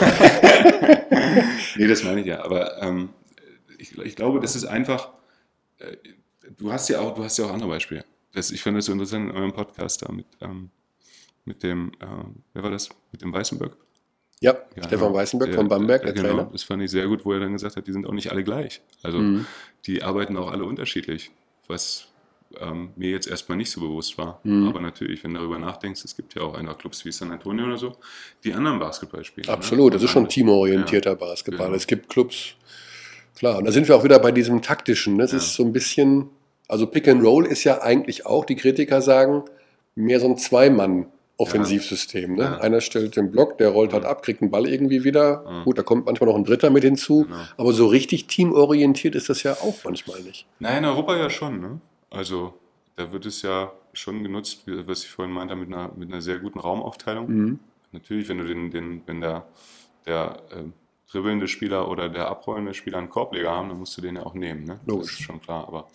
Nee, das meine ich ja. Aber ich glaube, das ist einfach, du hast ja auch andere Beispiele. Ich finde das so interessant in eurem Podcast da mit dem, wer war das? Mit dem Weißenberg? Ja, Stefan Weißenberg von Bamberg, der Trainer. Das fand ich sehr gut, wo er dann gesagt hat, die sind auch nicht alle gleich. Also die arbeiten auch alle unterschiedlich, was mir jetzt erstmal nicht so bewusst war. Aber natürlich, wenn du darüber nachdenkst, es gibt ja auch einfach Clubs wie San Antonio oder so, die anderen Basketball spielen. Absolut, das ist schon teamorientierter Basketball. Genau. Es gibt Clubs, klar, und da sind wir auch wieder bei diesem taktischen. Das ist so ein bisschen, also Pick and Roll ist ja eigentlich auch, die Kritiker sagen, mehr so ein Zweimann-Offensivsystem. Ne? Ja. Einer stellt den Block, der rollt halt ab, kriegt einen Ball irgendwie wieder. Ja. Gut, da kommt manchmal noch ein Dritter mit hinzu. Genau. Aber so richtig teamorientiert ist das ja auch manchmal nicht. Nein, in Europa ja schon. Ne? Also da wird es ja schon genutzt, was ich vorhin meinte, mit einer sehr guten Raumaufteilung. Natürlich, wenn der dribbelnde Spieler oder der abrollende Spieler einen Korbleger haben, dann musst du den ja auch nehmen. Ne? Das ist schon klar. Aber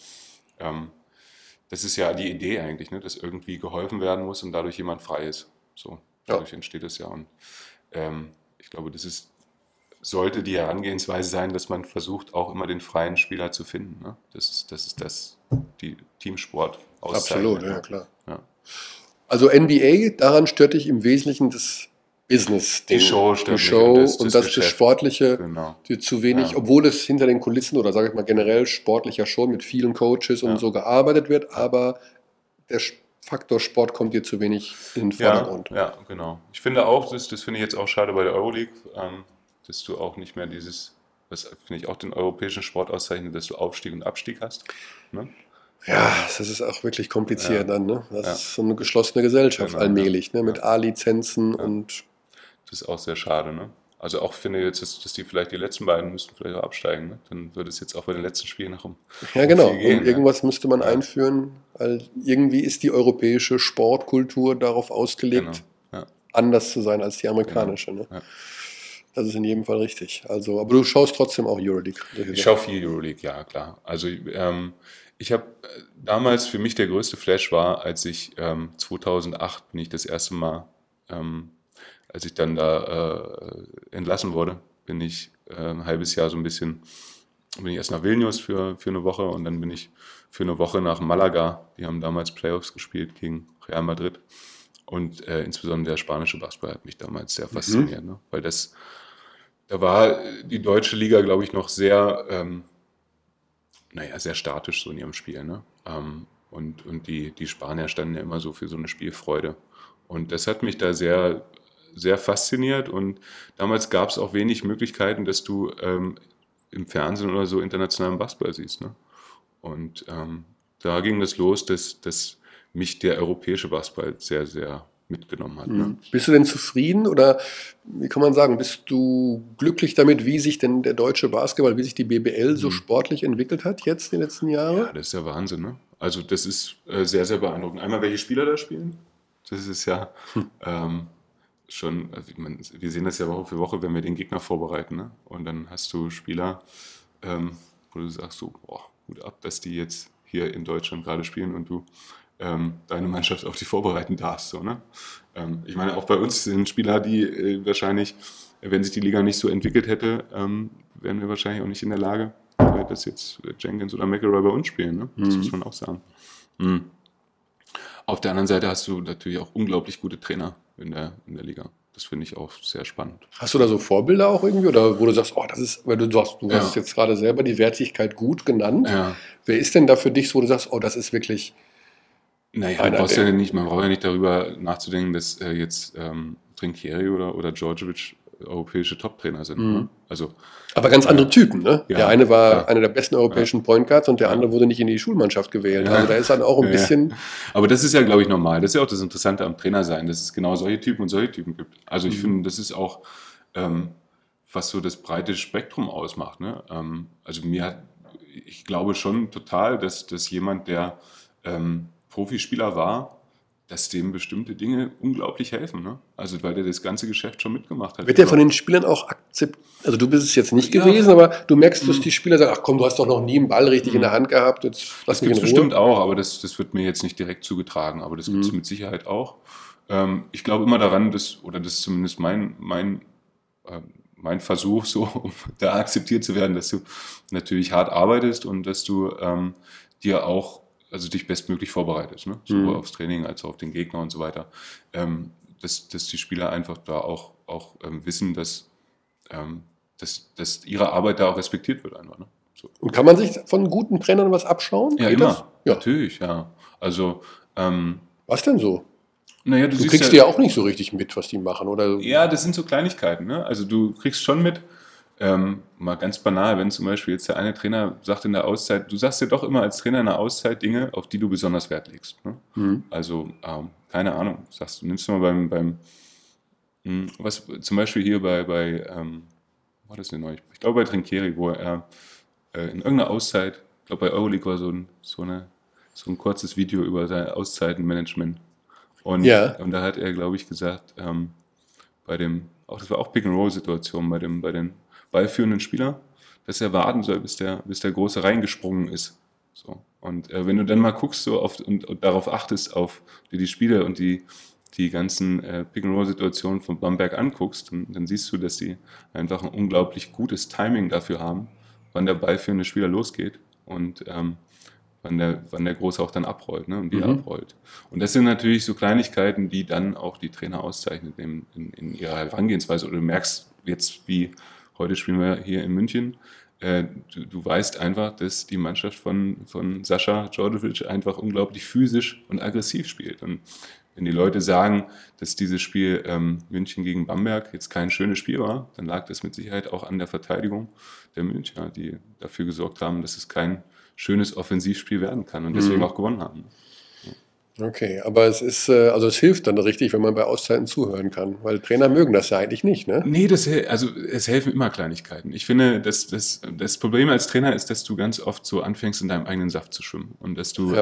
das ist ja die Idee eigentlich, ne? Dass irgendwie geholfen werden muss und dadurch jemand frei ist. So, dadurch entsteht das ja. Und ich glaube, sollte die Herangehensweise sein, dass man versucht, auch immer den freien Spieler zu finden. Ne? Das ist die Teamsport auszeichnet. Absolut, ja klar. Ja. Also NBA, daran stört dich im Wesentlichen das Business, die Show und das Sportliche, die zu wenig, obwohl es hinter den Kulissen oder sage ich mal generell sportlicher schon mit vielen Coaches und so gearbeitet wird, aber der Faktor Sport kommt dir zu wenig in den Vordergrund. Ja, genau. Ich finde auch, das finde ich jetzt auch schade bei der Euroleague, dass du auch nicht mehr was finde ich auch den europäischen Sport auszeichnet, dass du Aufstieg und Abstieg hast. Ne? Ja, das ist auch wirklich kompliziert dann. Ne? Das ist so eine geschlossene Gesellschaft allmählich, ne? Mit A-Lizenzen und... Das ist auch sehr schade, ne? Also auch finde ich jetzt, dass die vielleicht die letzten beiden müssten vielleicht auch absteigen, ne? Dann würde es jetzt auch bei den letzten Spielen noch Ja, genau. Gehen, und irgendwas müsste man einführen, weil irgendwie ist die europäische Sportkultur darauf ausgelegt, anders zu sein als die amerikanische. Ne? Ja. Das ist in jedem Fall richtig. Also, aber du schaust trotzdem auch Euroleague. Ich schaue viel Euroleague, ja klar. Also ich habe damals, für mich der größte Flash war, als ich 2008 bin ich das erste Mal als ich dann da entlassen wurde, bin ich ein halbes Jahr bin ich erst nach Vilnius für eine Woche und dann bin ich für eine Woche nach Malaga. Die haben damals Playoffs gespielt gegen Real Madrid und insbesondere der spanische Basketball hat mich damals sehr fasziniert, ne? Weil da war die deutsche Liga, glaube ich, noch sehr, sehr statisch so in ihrem Spiel, ne? Und die Spanier standen ja immer so für so eine Spielfreude und das hat mich da sehr sehr fasziniert und damals gab es auch wenig Möglichkeiten, dass du im Fernsehen oder so internationalen Basketball siehst. Ne? Und da ging das los, dass mich der europäische Basketball sehr, sehr mitgenommen hat. Ne? Bist du denn zufrieden oder wie kann man sagen, bist du glücklich damit, wie sich denn der deutsche Basketball, wie sich die BBL so sportlich entwickelt hat jetzt in den letzten Jahren? Ja, das ist ja Wahnsinn. Ne? Also das ist sehr, sehr beeindruckend. Einmal, welche Spieler da spielen. Das ist ja... wir sehen das ja Woche für Woche, wenn wir den Gegner vorbereiten. Ne? Und dann hast du Spieler, wo du sagst, so, boah, gut ab, dass die jetzt hier in Deutschland gerade spielen und du deine Mannschaft auf die vorbereiten darfst. So, ne? Ich meine, auch bei uns sind Spieler, die wahrscheinlich, wenn sich die Liga nicht so entwickelt hätte, wären wir wahrscheinlich auch nicht in der Lage, dass jetzt Jenkins oder McElroy bei uns spielen. Ne? Das muss man auch sagen. Auf der anderen Seite hast du natürlich auch unglaublich gute Trainer in der Liga. Das finde ich auch sehr spannend. Hast du da so Vorbilder auch irgendwie? Oder wo du sagst, das ist, weil du hast jetzt gerade selber die Wertigkeit gut genannt. Ja. Wer ist denn da für dich so, wo du sagst, das ist wirklich. Naja, man braucht ja nicht darüber nachzudenken, dass jetzt Trinchieri oder Djordjevic europäische Top-Trainer sind. Ne? Also, aber ganz andere Typen, ne? Ja, der eine war einer der besten europäischen Point Guards und der andere wurde nicht in die Schulmannschaft gewählt. Ja. Also da ist dann auch ein bisschen. Aber das ist ja, glaube ich, normal. Das ist ja auch das Interessante am Trainer sein, dass es genau solche Typen und solche Typen gibt. Also ich finde, das ist auch, was so das breite Spektrum ausmacht. Ne? Also ich glaube schon total, dass jemand, der Profispieler war, dass dem bestimmte Dinge unglaublich helfen. Ne? Also weil der das ganze Geschäft schon mitgemacht hat. Wird der von den Spielern auch akzeptiert? Also du bist es jetzt nicht gewesen, aber du merkst, dass die Spieler sagen, ach komm, du hast doch noch nie einen Ball richtig in der Hand gehabt. Jetzt das gibt es bestimmt auch, aber das wird mir jetzt nicht direkt zugetragen. Aber das gibt es mit Sicherheit auch. Ich glaube immer daran, das ist zumindest mein Versuch, so um da akzeptiert zu werden, dass du natürlich hart arbeitest und dass du dir auch dich bestmöglich vorbereitest, ne? Sowohl aufs Training als auch auf den Gegner und so weiter. Dass die Spieler einfach da auch wissen, dass ihre Arbeit da auch respektiert wird einfach. Ne? So. Und kann man sich von guten Trainern was abschauen? Ja, immer. Ja. Natürlich, ja. Also was denn so? Naja, du kriegst ja auch nicht so richtig mit, was die machen, oder? Ja, das sind so Kleinigkeiten. Ne? Also du kriegst schon mit, mal ganz banal, wenn zum Beispiel jetzt der eine Trainer sagt in der Auszeit, du sagst ja doch immer als Trainer in der Auszeit Dinge, auf die du besonders Wert legst. Ne? Also, keine Ahnung, du nimmst du mal beim was zum Beispiel hier bei war das denn neulich? Ich glaube bei Trinchieri, wo er in irgendeiner Auszeit, ich glaube bei Euroleague war so ein kurzes Video über sein Auszeitenmanagement. Und da hat er, glaube ich, gesagt, das war auch Pick-and-Roll-Situation bei den ballführenden Spieler, dass er warten soll, bis der Große reingesprungen ist. So. Und wenn du dann mal guckst so und darauf achtest, auf die Spiele und die ganzen Pick-and-Roll-Situationen von Bamberg anguckst, dann siehst du, dass sie einfach ein unglaublich gutes Timing dafür haben, wann der ballführende Spieler losgeht und wann der Große auch dann abrollt, ne, und wie er abrollt. Und das sind natürlich so Kleinigkeiten, die dann auch die Trainer auszeichnen in ihrer Herangehensweise. Oder du merkst jetzt, wie heute spielen wir hier in München, du weißt einfach, dass die Mannschaft von Sascha Djordjevic einfach unglaublich physisch und aggressiv spielt. Und wenn die Leute sagen, dass dieses Spiel München gegen Bamberg jetzt kein schönes Spiel war, dann lag das mit Sicherheit auch an der Verteidigung der Münchner, die dafür gesorgt haben, dass es kein schönes Offensivspiel werden kann und deswegen auch gewonnen haben. Okay, aber es hilft dann richtig, wenn man bei Auszeiten zuhören kann, weil Trainer mögen das ja eigentlich nicht, ne? Nee, es helfen immer Kleinigkeiten. Ich finde, das Problem als Trainer ist, dass du ganz oft so anfängst, in deinem eigenen Saft zu schwimmen und dass du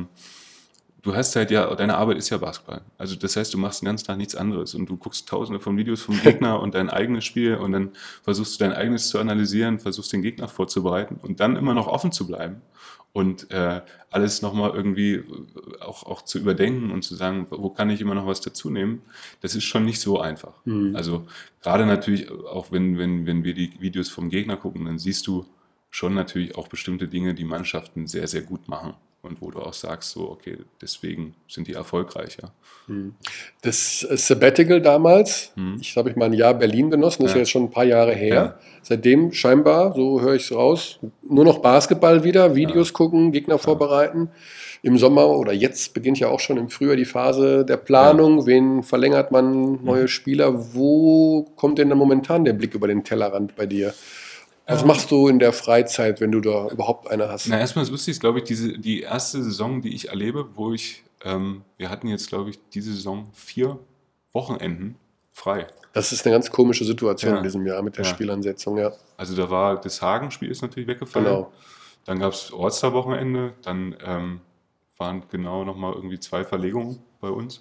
du hast halt deine Arbeit ist ja Basketball. Also das heißt, du machst den ganzen Tag nichts anderes und du guckst tausende von Videos vom Gegner und dein eigenes Spiel und dann versuchst du dein eigenes zu analysieren, versuchst den Gegner vorzubereiten und dann immer noch offen zu bleiben und alles nochmal irgendwie auch zu überdenken und zu sagen, wo kann ich immer noch was dazu nehmen, das ist schon nicht so einfach. Also gerade natürlich, auch wenn wir die Videos vom Gegner gucken, dann siehst du schon natürlich auch bestimmte Dinge, die Mannschaften sehr, sehr gut machen. Und wo du auch sagst, so, okay, deswegen sind die erfolgreich, ja. Das Sabbatical damals, ich habe mal ein Jahr Berlin genossen, das ist ja jetzt schon ein paar Jahre her. Ja. Seitdem scheinbar, so höre ich es raus, nur noch Basketball wieder, Videos gucken, Gegner vorbereiten. Im Sommer oder jetzt beginnt ja auch schon im Frühjahr die Phase der Planung. Wen verlängert man, neue Spieler? Wo kommt denn dann momentan der Blick über den Tellerrand bei dir? Was machst du in der Freizeit, wenn du da überhaupt eine hast? Na, erstmal ist lustig, glaube ich, die erste Saison, die ich erlebe, wo wir hatten jetzt, glaube ich, diese Saison 4 Wochenenden frei. Das ist eine ganz komische Situation in diesem Jahr mit der Spielansetzung, ja. Also da war das Hagen-Spiel ist natürlich weggefallen. Genau. Dann gab es All-Star-Wochenende, dann waren genau nochmal irgendwie 2 Verlegungen bei uns.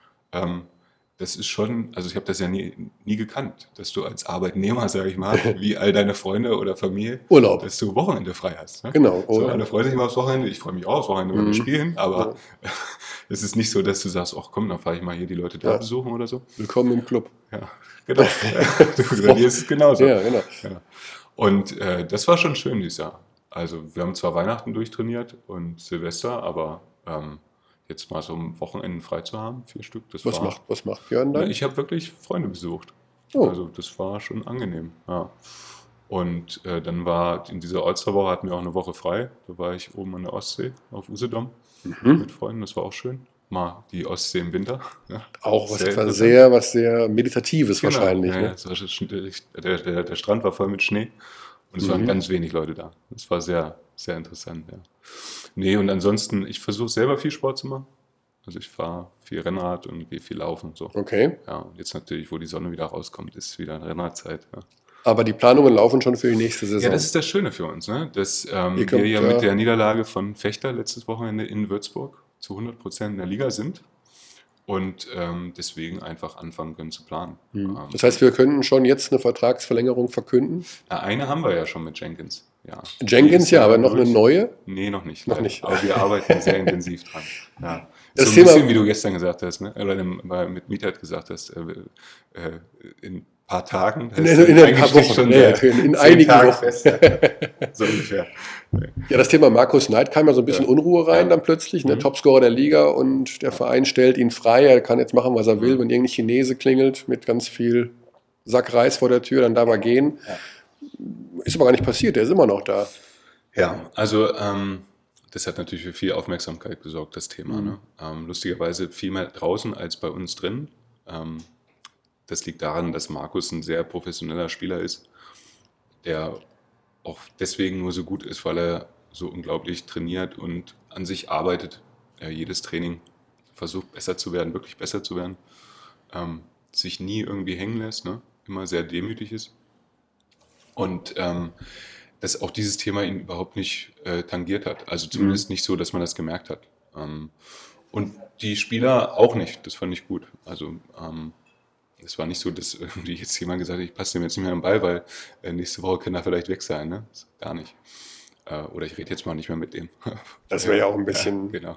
Das ist schon, also ich habe das ja nie gekannt, dass du als Arbeitnehmer, sage ich mal, wie all deine Freunde oder Familie, Urlaub, dass du Wochenende frei hast. Ne? Genau. So, alle freuen sich immer aufs Wochenende, ich freue mich auch aufs Wochenende, wenn wir spielen, aber es ist nicht so, dass du sagst, ach komm, dann fahre ich mal hier die Leute da besuchen oder so. Willkommen im Club. Ja, genau. Hier ist es genauso. Ja, genau. Ja. Und das war schon schön dieses Jahr. Also wir haben zwar Weihnachten durchtrainiert und Silvester, aber jetzt mal so am Wochenende frei zu haben, 4 Stück. Was macht Björn dann? Ich habe wirklich Freunde besucht. Oh. Also das war schon angenehm, ja. Und dann war in dieser All-Star-Woche hatten wir auch eine Woche frei. Da war ich oben an der Ostsee auf Usedom mit Freunden. Das war auch schön. Mal die Ostsee im Winter. Ja. Auch was sehr Meditatives wahrscheinlich. Ja, ne? Der Strand war voll mit Schnee und es waren ganz wenig Leute da. Das war sehr, sehr interessant. Ja. Nee, und ansonsten, ich versuche selber viel Sport zu machen. Also ich fahre viel Rennrad und gehe viel laufen. So. Okay. Ja, und jetzt natürlich, wo die Sonne wieder rauskommt, ist wieder Rennradzeit. Ja. Aber die Planungen laufen schon für die nächste Saison. Ja, das ist das Schöne für uns, ne? Dass wir ja mit der Niederlage von Fechter letztes Wochenende in Würzburg zu 100% in der Liga sind und deswegen einfach anfangen können zu planen. Das heißt, wir könnten schon jetzt eine Vertragsverlängerung verkünden? Eine haben wir ja schon mit Jenkins. Ja. Jenkins, ja, aber noch eine neue? Nee, noch nicht. Noch nicht. Aber wir arbeiten sehr intensiv dran. Ja. Das so ein Thema, bisschen, wie du gestern gesagt hast, ne? Oder mit Mietat gesagt hast, in ein paar Tagen. In ein paar Wochen. Schon in einigen Wochen. Fest. So ungefähr. Ja, das Thema Markus Knight kam ja so ein bisschen Unruhe rein dann plötzlich. Der Topscorer der Liga und der Verein stellt ihn frei. Er kann jetzt machen, was er will. Wenn irgendein Chinese klingelt mit ganz viel Sack Reis vor der Tür, dann darf er gehen. Ja. Ist aber gar nicht passiert, der ist immer noch da. Ja, also das hat natürlich für viel Aufmerksamkeit gesorgt, das Thema. Ne? Lustigerweise viel mehr draußen als bei uns drin. Das liegt daran, dass Markus ein sehr professioneller Spieler ist, der auch deswegen nur so gut ist, weil er so unglaublich trainiert und an sich arbeitet. Jedes Training versucht besser zu werden, wirklich besser zu werden. Sich nie irgendwie hängen lässt, ne? Immer sehr demütig ist. Und dass auch dieses Thema ihn überhaupt nicht tangiert hat. Also zumindest nicht so, dass man das gemerkt hat. Und die Spieler auch nicht. Das fand ich gut. Also es war nicht so, dass irgendwie jetzt jemand gesagt hat, ich passe dem jetzt nicht mehr am Ball, weil nächste Woche kann er vielleicht weg sein. Ne? Gar nicht. Oder ich rede jetzt mal nicht mehr mit dem. Das wäre ja auch ein bisschen... Genau.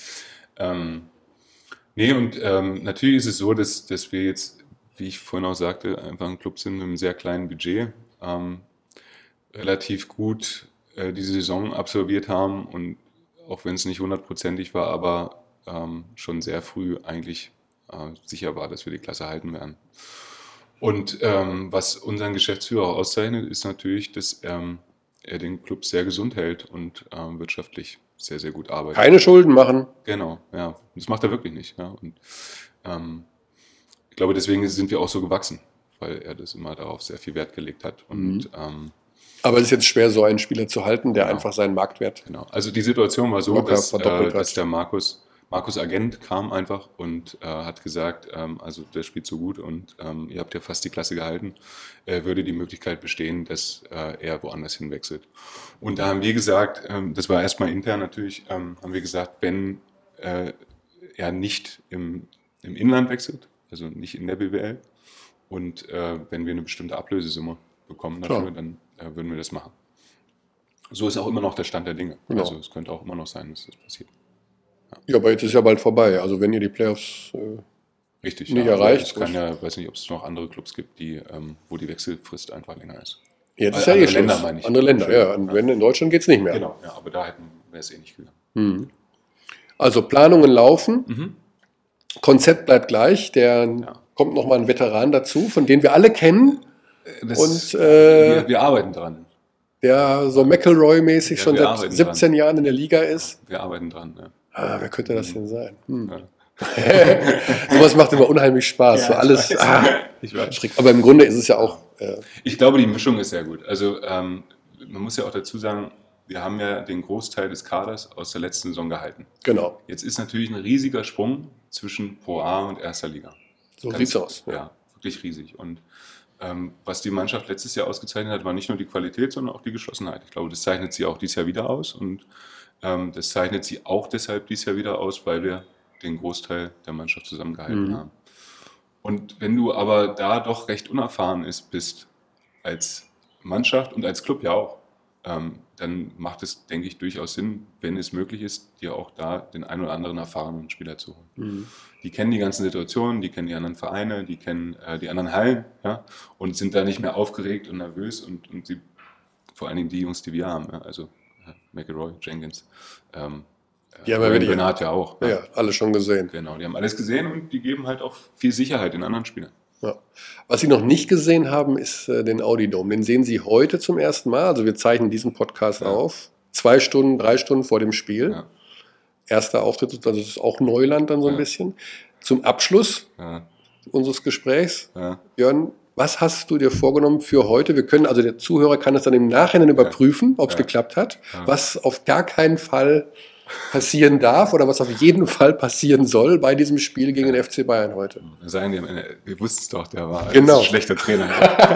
Nee, und natürlich ist es so, dass wir jetzt, wie ich vorhin auch sagte, einfach ein Club sind mit einem sehr kleinen Budget, relativ gut diese Saison absolviert haben und auch wenn es nicht 100%ig war, aber schon sehr früh eigentlich sicher war, dass wir die Klasse halten werden. Und was unseren Geschäftsführer auszeichnet, ist natürlich, dass er den Club sehr gesund hält und wirtschaftlich sehr, sehr gut arbeitet. Keine Schulden machen. Genau, ja. Das macht er wirklich nicht. Ja. Und ich glaube, deswegen sind wir auch so gewachsen, weil er das immer darauf sehr viel Wert gelegt hat. Und, aber es ist jetzt schwer, so einen Spieler zu halten, der einfach seinen Marktwert... Genau. Also die Situation war so, dass der Markus Agent kam einfach und hat gesagt, also der spielt so gut und ihr habt ja fast die Klasse gehalten, würde die Möglichkeit bestehen, dass er woanders hinwechselt. Und da haben wir gesagt, das war erstmal intern natürlich, haben wir gesagt, wenn er nicht im Inland wechselt, also nicht in der BWL und wenn wir eine bestimmte Ablösesumme bekommen dafür, dann würden wir das machen. So ist auch immer noch der Stand der Dinge. Genau. Also es könnte auch immer noch sein, dass das passiert. Ja, aber jetzt ist ja bald vorbei. Also wenn ihr die Playoffs nicht erreicht. Es kann ja, weiß nicht, ob es noch andere Clubs gibt, die, wo die Wechselfrist einfach länger ist. Jetzt ist ja eh Schluss. Andere Länder, ja. Und wenn in Deutschland geht es nicht mehr. Genau, ja, aber da wäre es eh nicht gegangen. Also Planungen laufen. Konzept bleibt gleich. Kommt nochmal ein Veteran dazu, von dem wir alle kennen. Wir arbeiten dran. Der so McElroy-mäßig schon seit 17 Jahren in der Liga ist. Wir arbeiten dran, ja. Wer könnte das denn sein? Sowas macht immer unheimlich Spaß. Ja, so alles. Ich weiß. Aber im Grunde ist es ja auch... Ich glaube, die Mischung ist sehr gut. Also man muss ja auch dazu sagen, wir haben ja den Großteil des Kaders aus der letzten Saison gehalten. Genau. Jetzt ist natürlich ein riesiger Sprung zwischen Pro A und Erster Liga. So sieht es aus. Ja, wirklich riesig. Und was die Mannschaft letztes Jahr ausgezeichnet hat, war nicht nur die Qualität, sondern auch die Geschlossenheit. Ich glaube, das zeichnet sie auch dieses Jahr wieder aus. Und das zeichnet sie auch deshalb dieses Jahr wieder aus, weil wir den Großteil der Mannschaft zusammengehalten haben. Und wenn du aber da doch recht unerfahren bist als Mannschaft und als Club ja auch, dann macht es, denke ich, durchaus Sinn, wenn es möglich ist, dir auch da den einen oder anderen erfahrenen Spieler zu holen. Die kennen die ganzen Situationen, die kennen die anderen Vereine, die kennen die anderen Hallen, ja, und sind da nicht mehr aufgeregt und nervös und sie, vor allen Dingen die Jungs, die wir haben, ja, also McElroy, Jenkins, Die haben Bernhard ja auch. Ja, alles schon gesehen. Genau, die haben alles gesehen und die geben halt auch viel Sicherheit den anderen Spielern. Ja. Was Sie noch nicht gesehen haben, ist den Audi Dome. Den sehen Sie heute zum ersten Mal. Also wir zeichnen diesen Podcast auf. 2 Stunden, 3 Stunden vor dem Spiel. Ja. Erster Auftritt, also das ist auch Neuland dann so ein bisschen. Zum Abschluss unseres Gesprächs. Ja. Björn, was hast du dir vorgenommen für heute? Wir können, also der Zuhörer kann es dann im Nachhinein überprüfen, ob es geklappt hat. Ja. Was auf gar keinen Fall passieren darf oder was auf jeden Fall passieren soll bei diesem Spiel gegen den FC Bayern heute. Sagen die am Ende, wir wussten es doch, der war ein schlechter Trainer.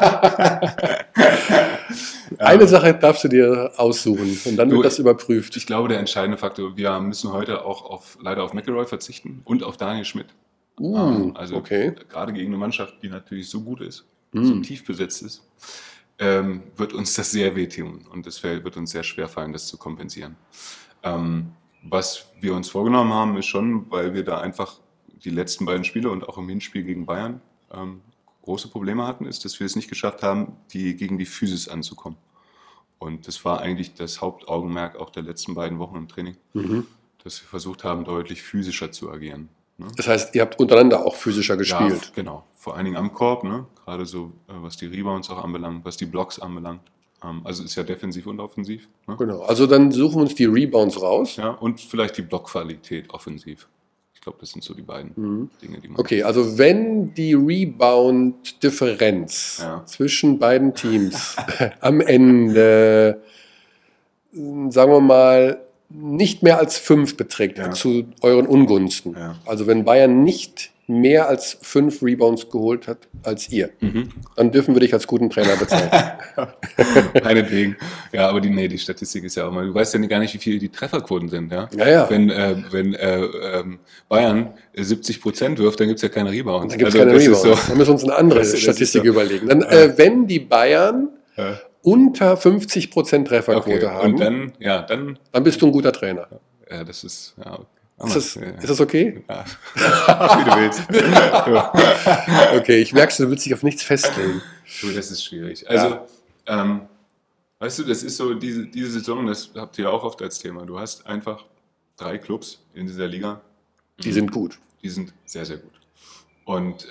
Eine Sache darfst du dir aussuchen und dann wird das überprüft. Ich glaube, der entscheidende Faktor, wir müssen heute auch leider auf McElroy verzichten und auf Daniel Schmidt. Also gerade gegen eine Mannschaft, die natürlich so gut ist, so tief besetzt ist, wird uns das sehr wehtun und es wird uns sehr schwer fallen, das zu kompensieren. Was wir uns vorgenommen haben, ist schon, weil wir da einfach die letzten beiden Spiele und auch im Hinspiel gegen Bayern große Probleme hatten, ist, dass wir es nicht geschafft haben, gegen die Physis anzukommen. Und das war eigentlich das Hauptaugenmerk auch der letzten beiden Wochen im Training, dass wir versucht haben, deutlich physischer zu agieren. Ne? Das heißt, ihr habt untereinander auch physischer gespielt? Ja, genau. Vor allen Dingen am Korb, ne? Gerade so, was die Rebounds auch anbelangt, was die Blocks anbelangt. Also ist ja defensiv und offensiv. Ne? Genau, also dann suchen wir uns die Rebounds raus. Ja, und vielleicht die Blockqualität offensiv. Ich glaube, das sind so die beiden Dinge, die man... Okay, also wenn die Rebound-Differenz zwischen beiden Teams am Ende, sagen wir mal, nicht mehr als 5 beträgt, zu euren Ungunsten. Ja. Also wenn Bayern nicht mehr als 5 Rebounds geholt hat als ihr, dann dürfen wir dich als guten Trainer bezeichnen. Meinetwegen. Ja, aber die Statistik ist ja auch mal, du weißt ja gar nicht, wie viel die Trefferquoten sind. Ja? Wenn Bayern 70% wirft, dann gibt es ja keine Rebounds. Dann gibt es keine Rebounds. So, dann müssen wir uns eine andere Statistik überlegen. Dann, wenn die Bayern unter 50% Trefferquote haben, dann bist du ein guter Trainer. Ja, das ist... Ja, ist das okay? Ja. Wie du willst. Okay, ich merke schon, du willst dich auf nichts festlegen. Das ist schwierig. Also, weißt du, das ist so, diese Saison, das habt ihr auch oft als Thema. Du hast einfach 3 Clubs in dieser Liga. Die sind gut. Die sind sehr, sehr gut. Und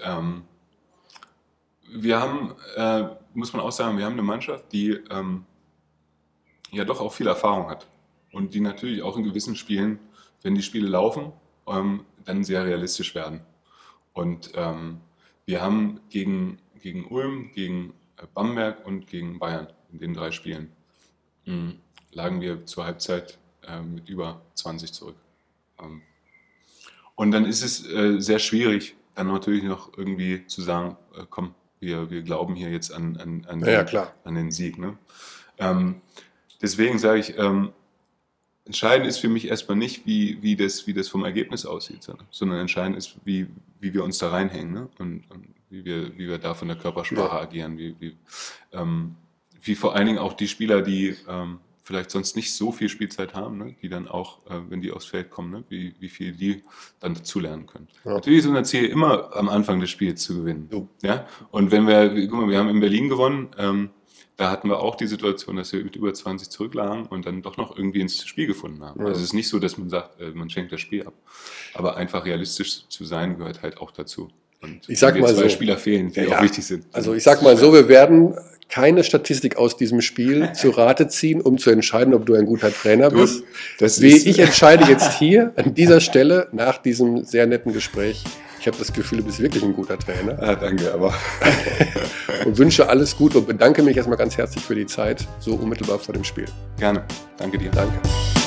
wir haben, muss man auch sagen, wir haben eine Mannschaft, die ja doch auch viel Erfahrung hat. Und die natürlich auch in gewissen Spielen, wenn die Spiele laufen, dann sehr realistisch werden. Und wir haben gegen Ulm, gegen Bamberg und gegen Bayern in den 3 Spielen lagen wir zur Halbzeit mit über 20 zurück. Und dann ist es sehr schwierig, dann natürlich noch irgendwie zu sagen, komm, wir glauben hier jetzt an den Sieg. Ne? Deswegen sage ich, entscheidend ist für mich erstmal nicht, wie das vom Ergebnis aussieht, sondern entscheidend ist, wie wir uns da reinhängen, ne? und wie wir da von der Körpersprache agieren, wie vor allen Dingen auch die Spieler, die vielleicht sonst nicht so viel Spielzeit haben, ne? Die dann auch, wenn die aufs Feld kommen, ne? wie viel die dann dazulernen können. Ja. Natürlich ist unser Ziel immer am Anfang des Spiels zu gewinnen. Ja? Und wenn wir haben in Berlin gewonnen, da hatten wir auch die Situation, dass wir mit über 20 zurücklagen und dann doch noch irgendwie ins Spiel gefunden haben. Also es ist nicht so, dass man sagt, man schenkt das Spiel ab. Aber einfach realistisch zu sein, gehört halt auch dazu. Und ich sag mal 2 Spieler fehlen, die auch wichtig sind. Also ich sag mal so, wir werden keine Statistik aus diesem Spiel zu Rate ziehen, um zu entscheiden, ob du ein guter Trainer bist. Ich entscheide jetzt hier an dieser Stelle nach diesem sehr netten Gespräch. Ich habe das Gefühl, du bist wirklich ein guter Trainer. Ah, danke, aber. Und wünsche alles Gute und bedanke mich erstmal ganz herzlich für die Zeit, so unmittelbar vor dem Spiel. Gerne. Danke dir. Danke.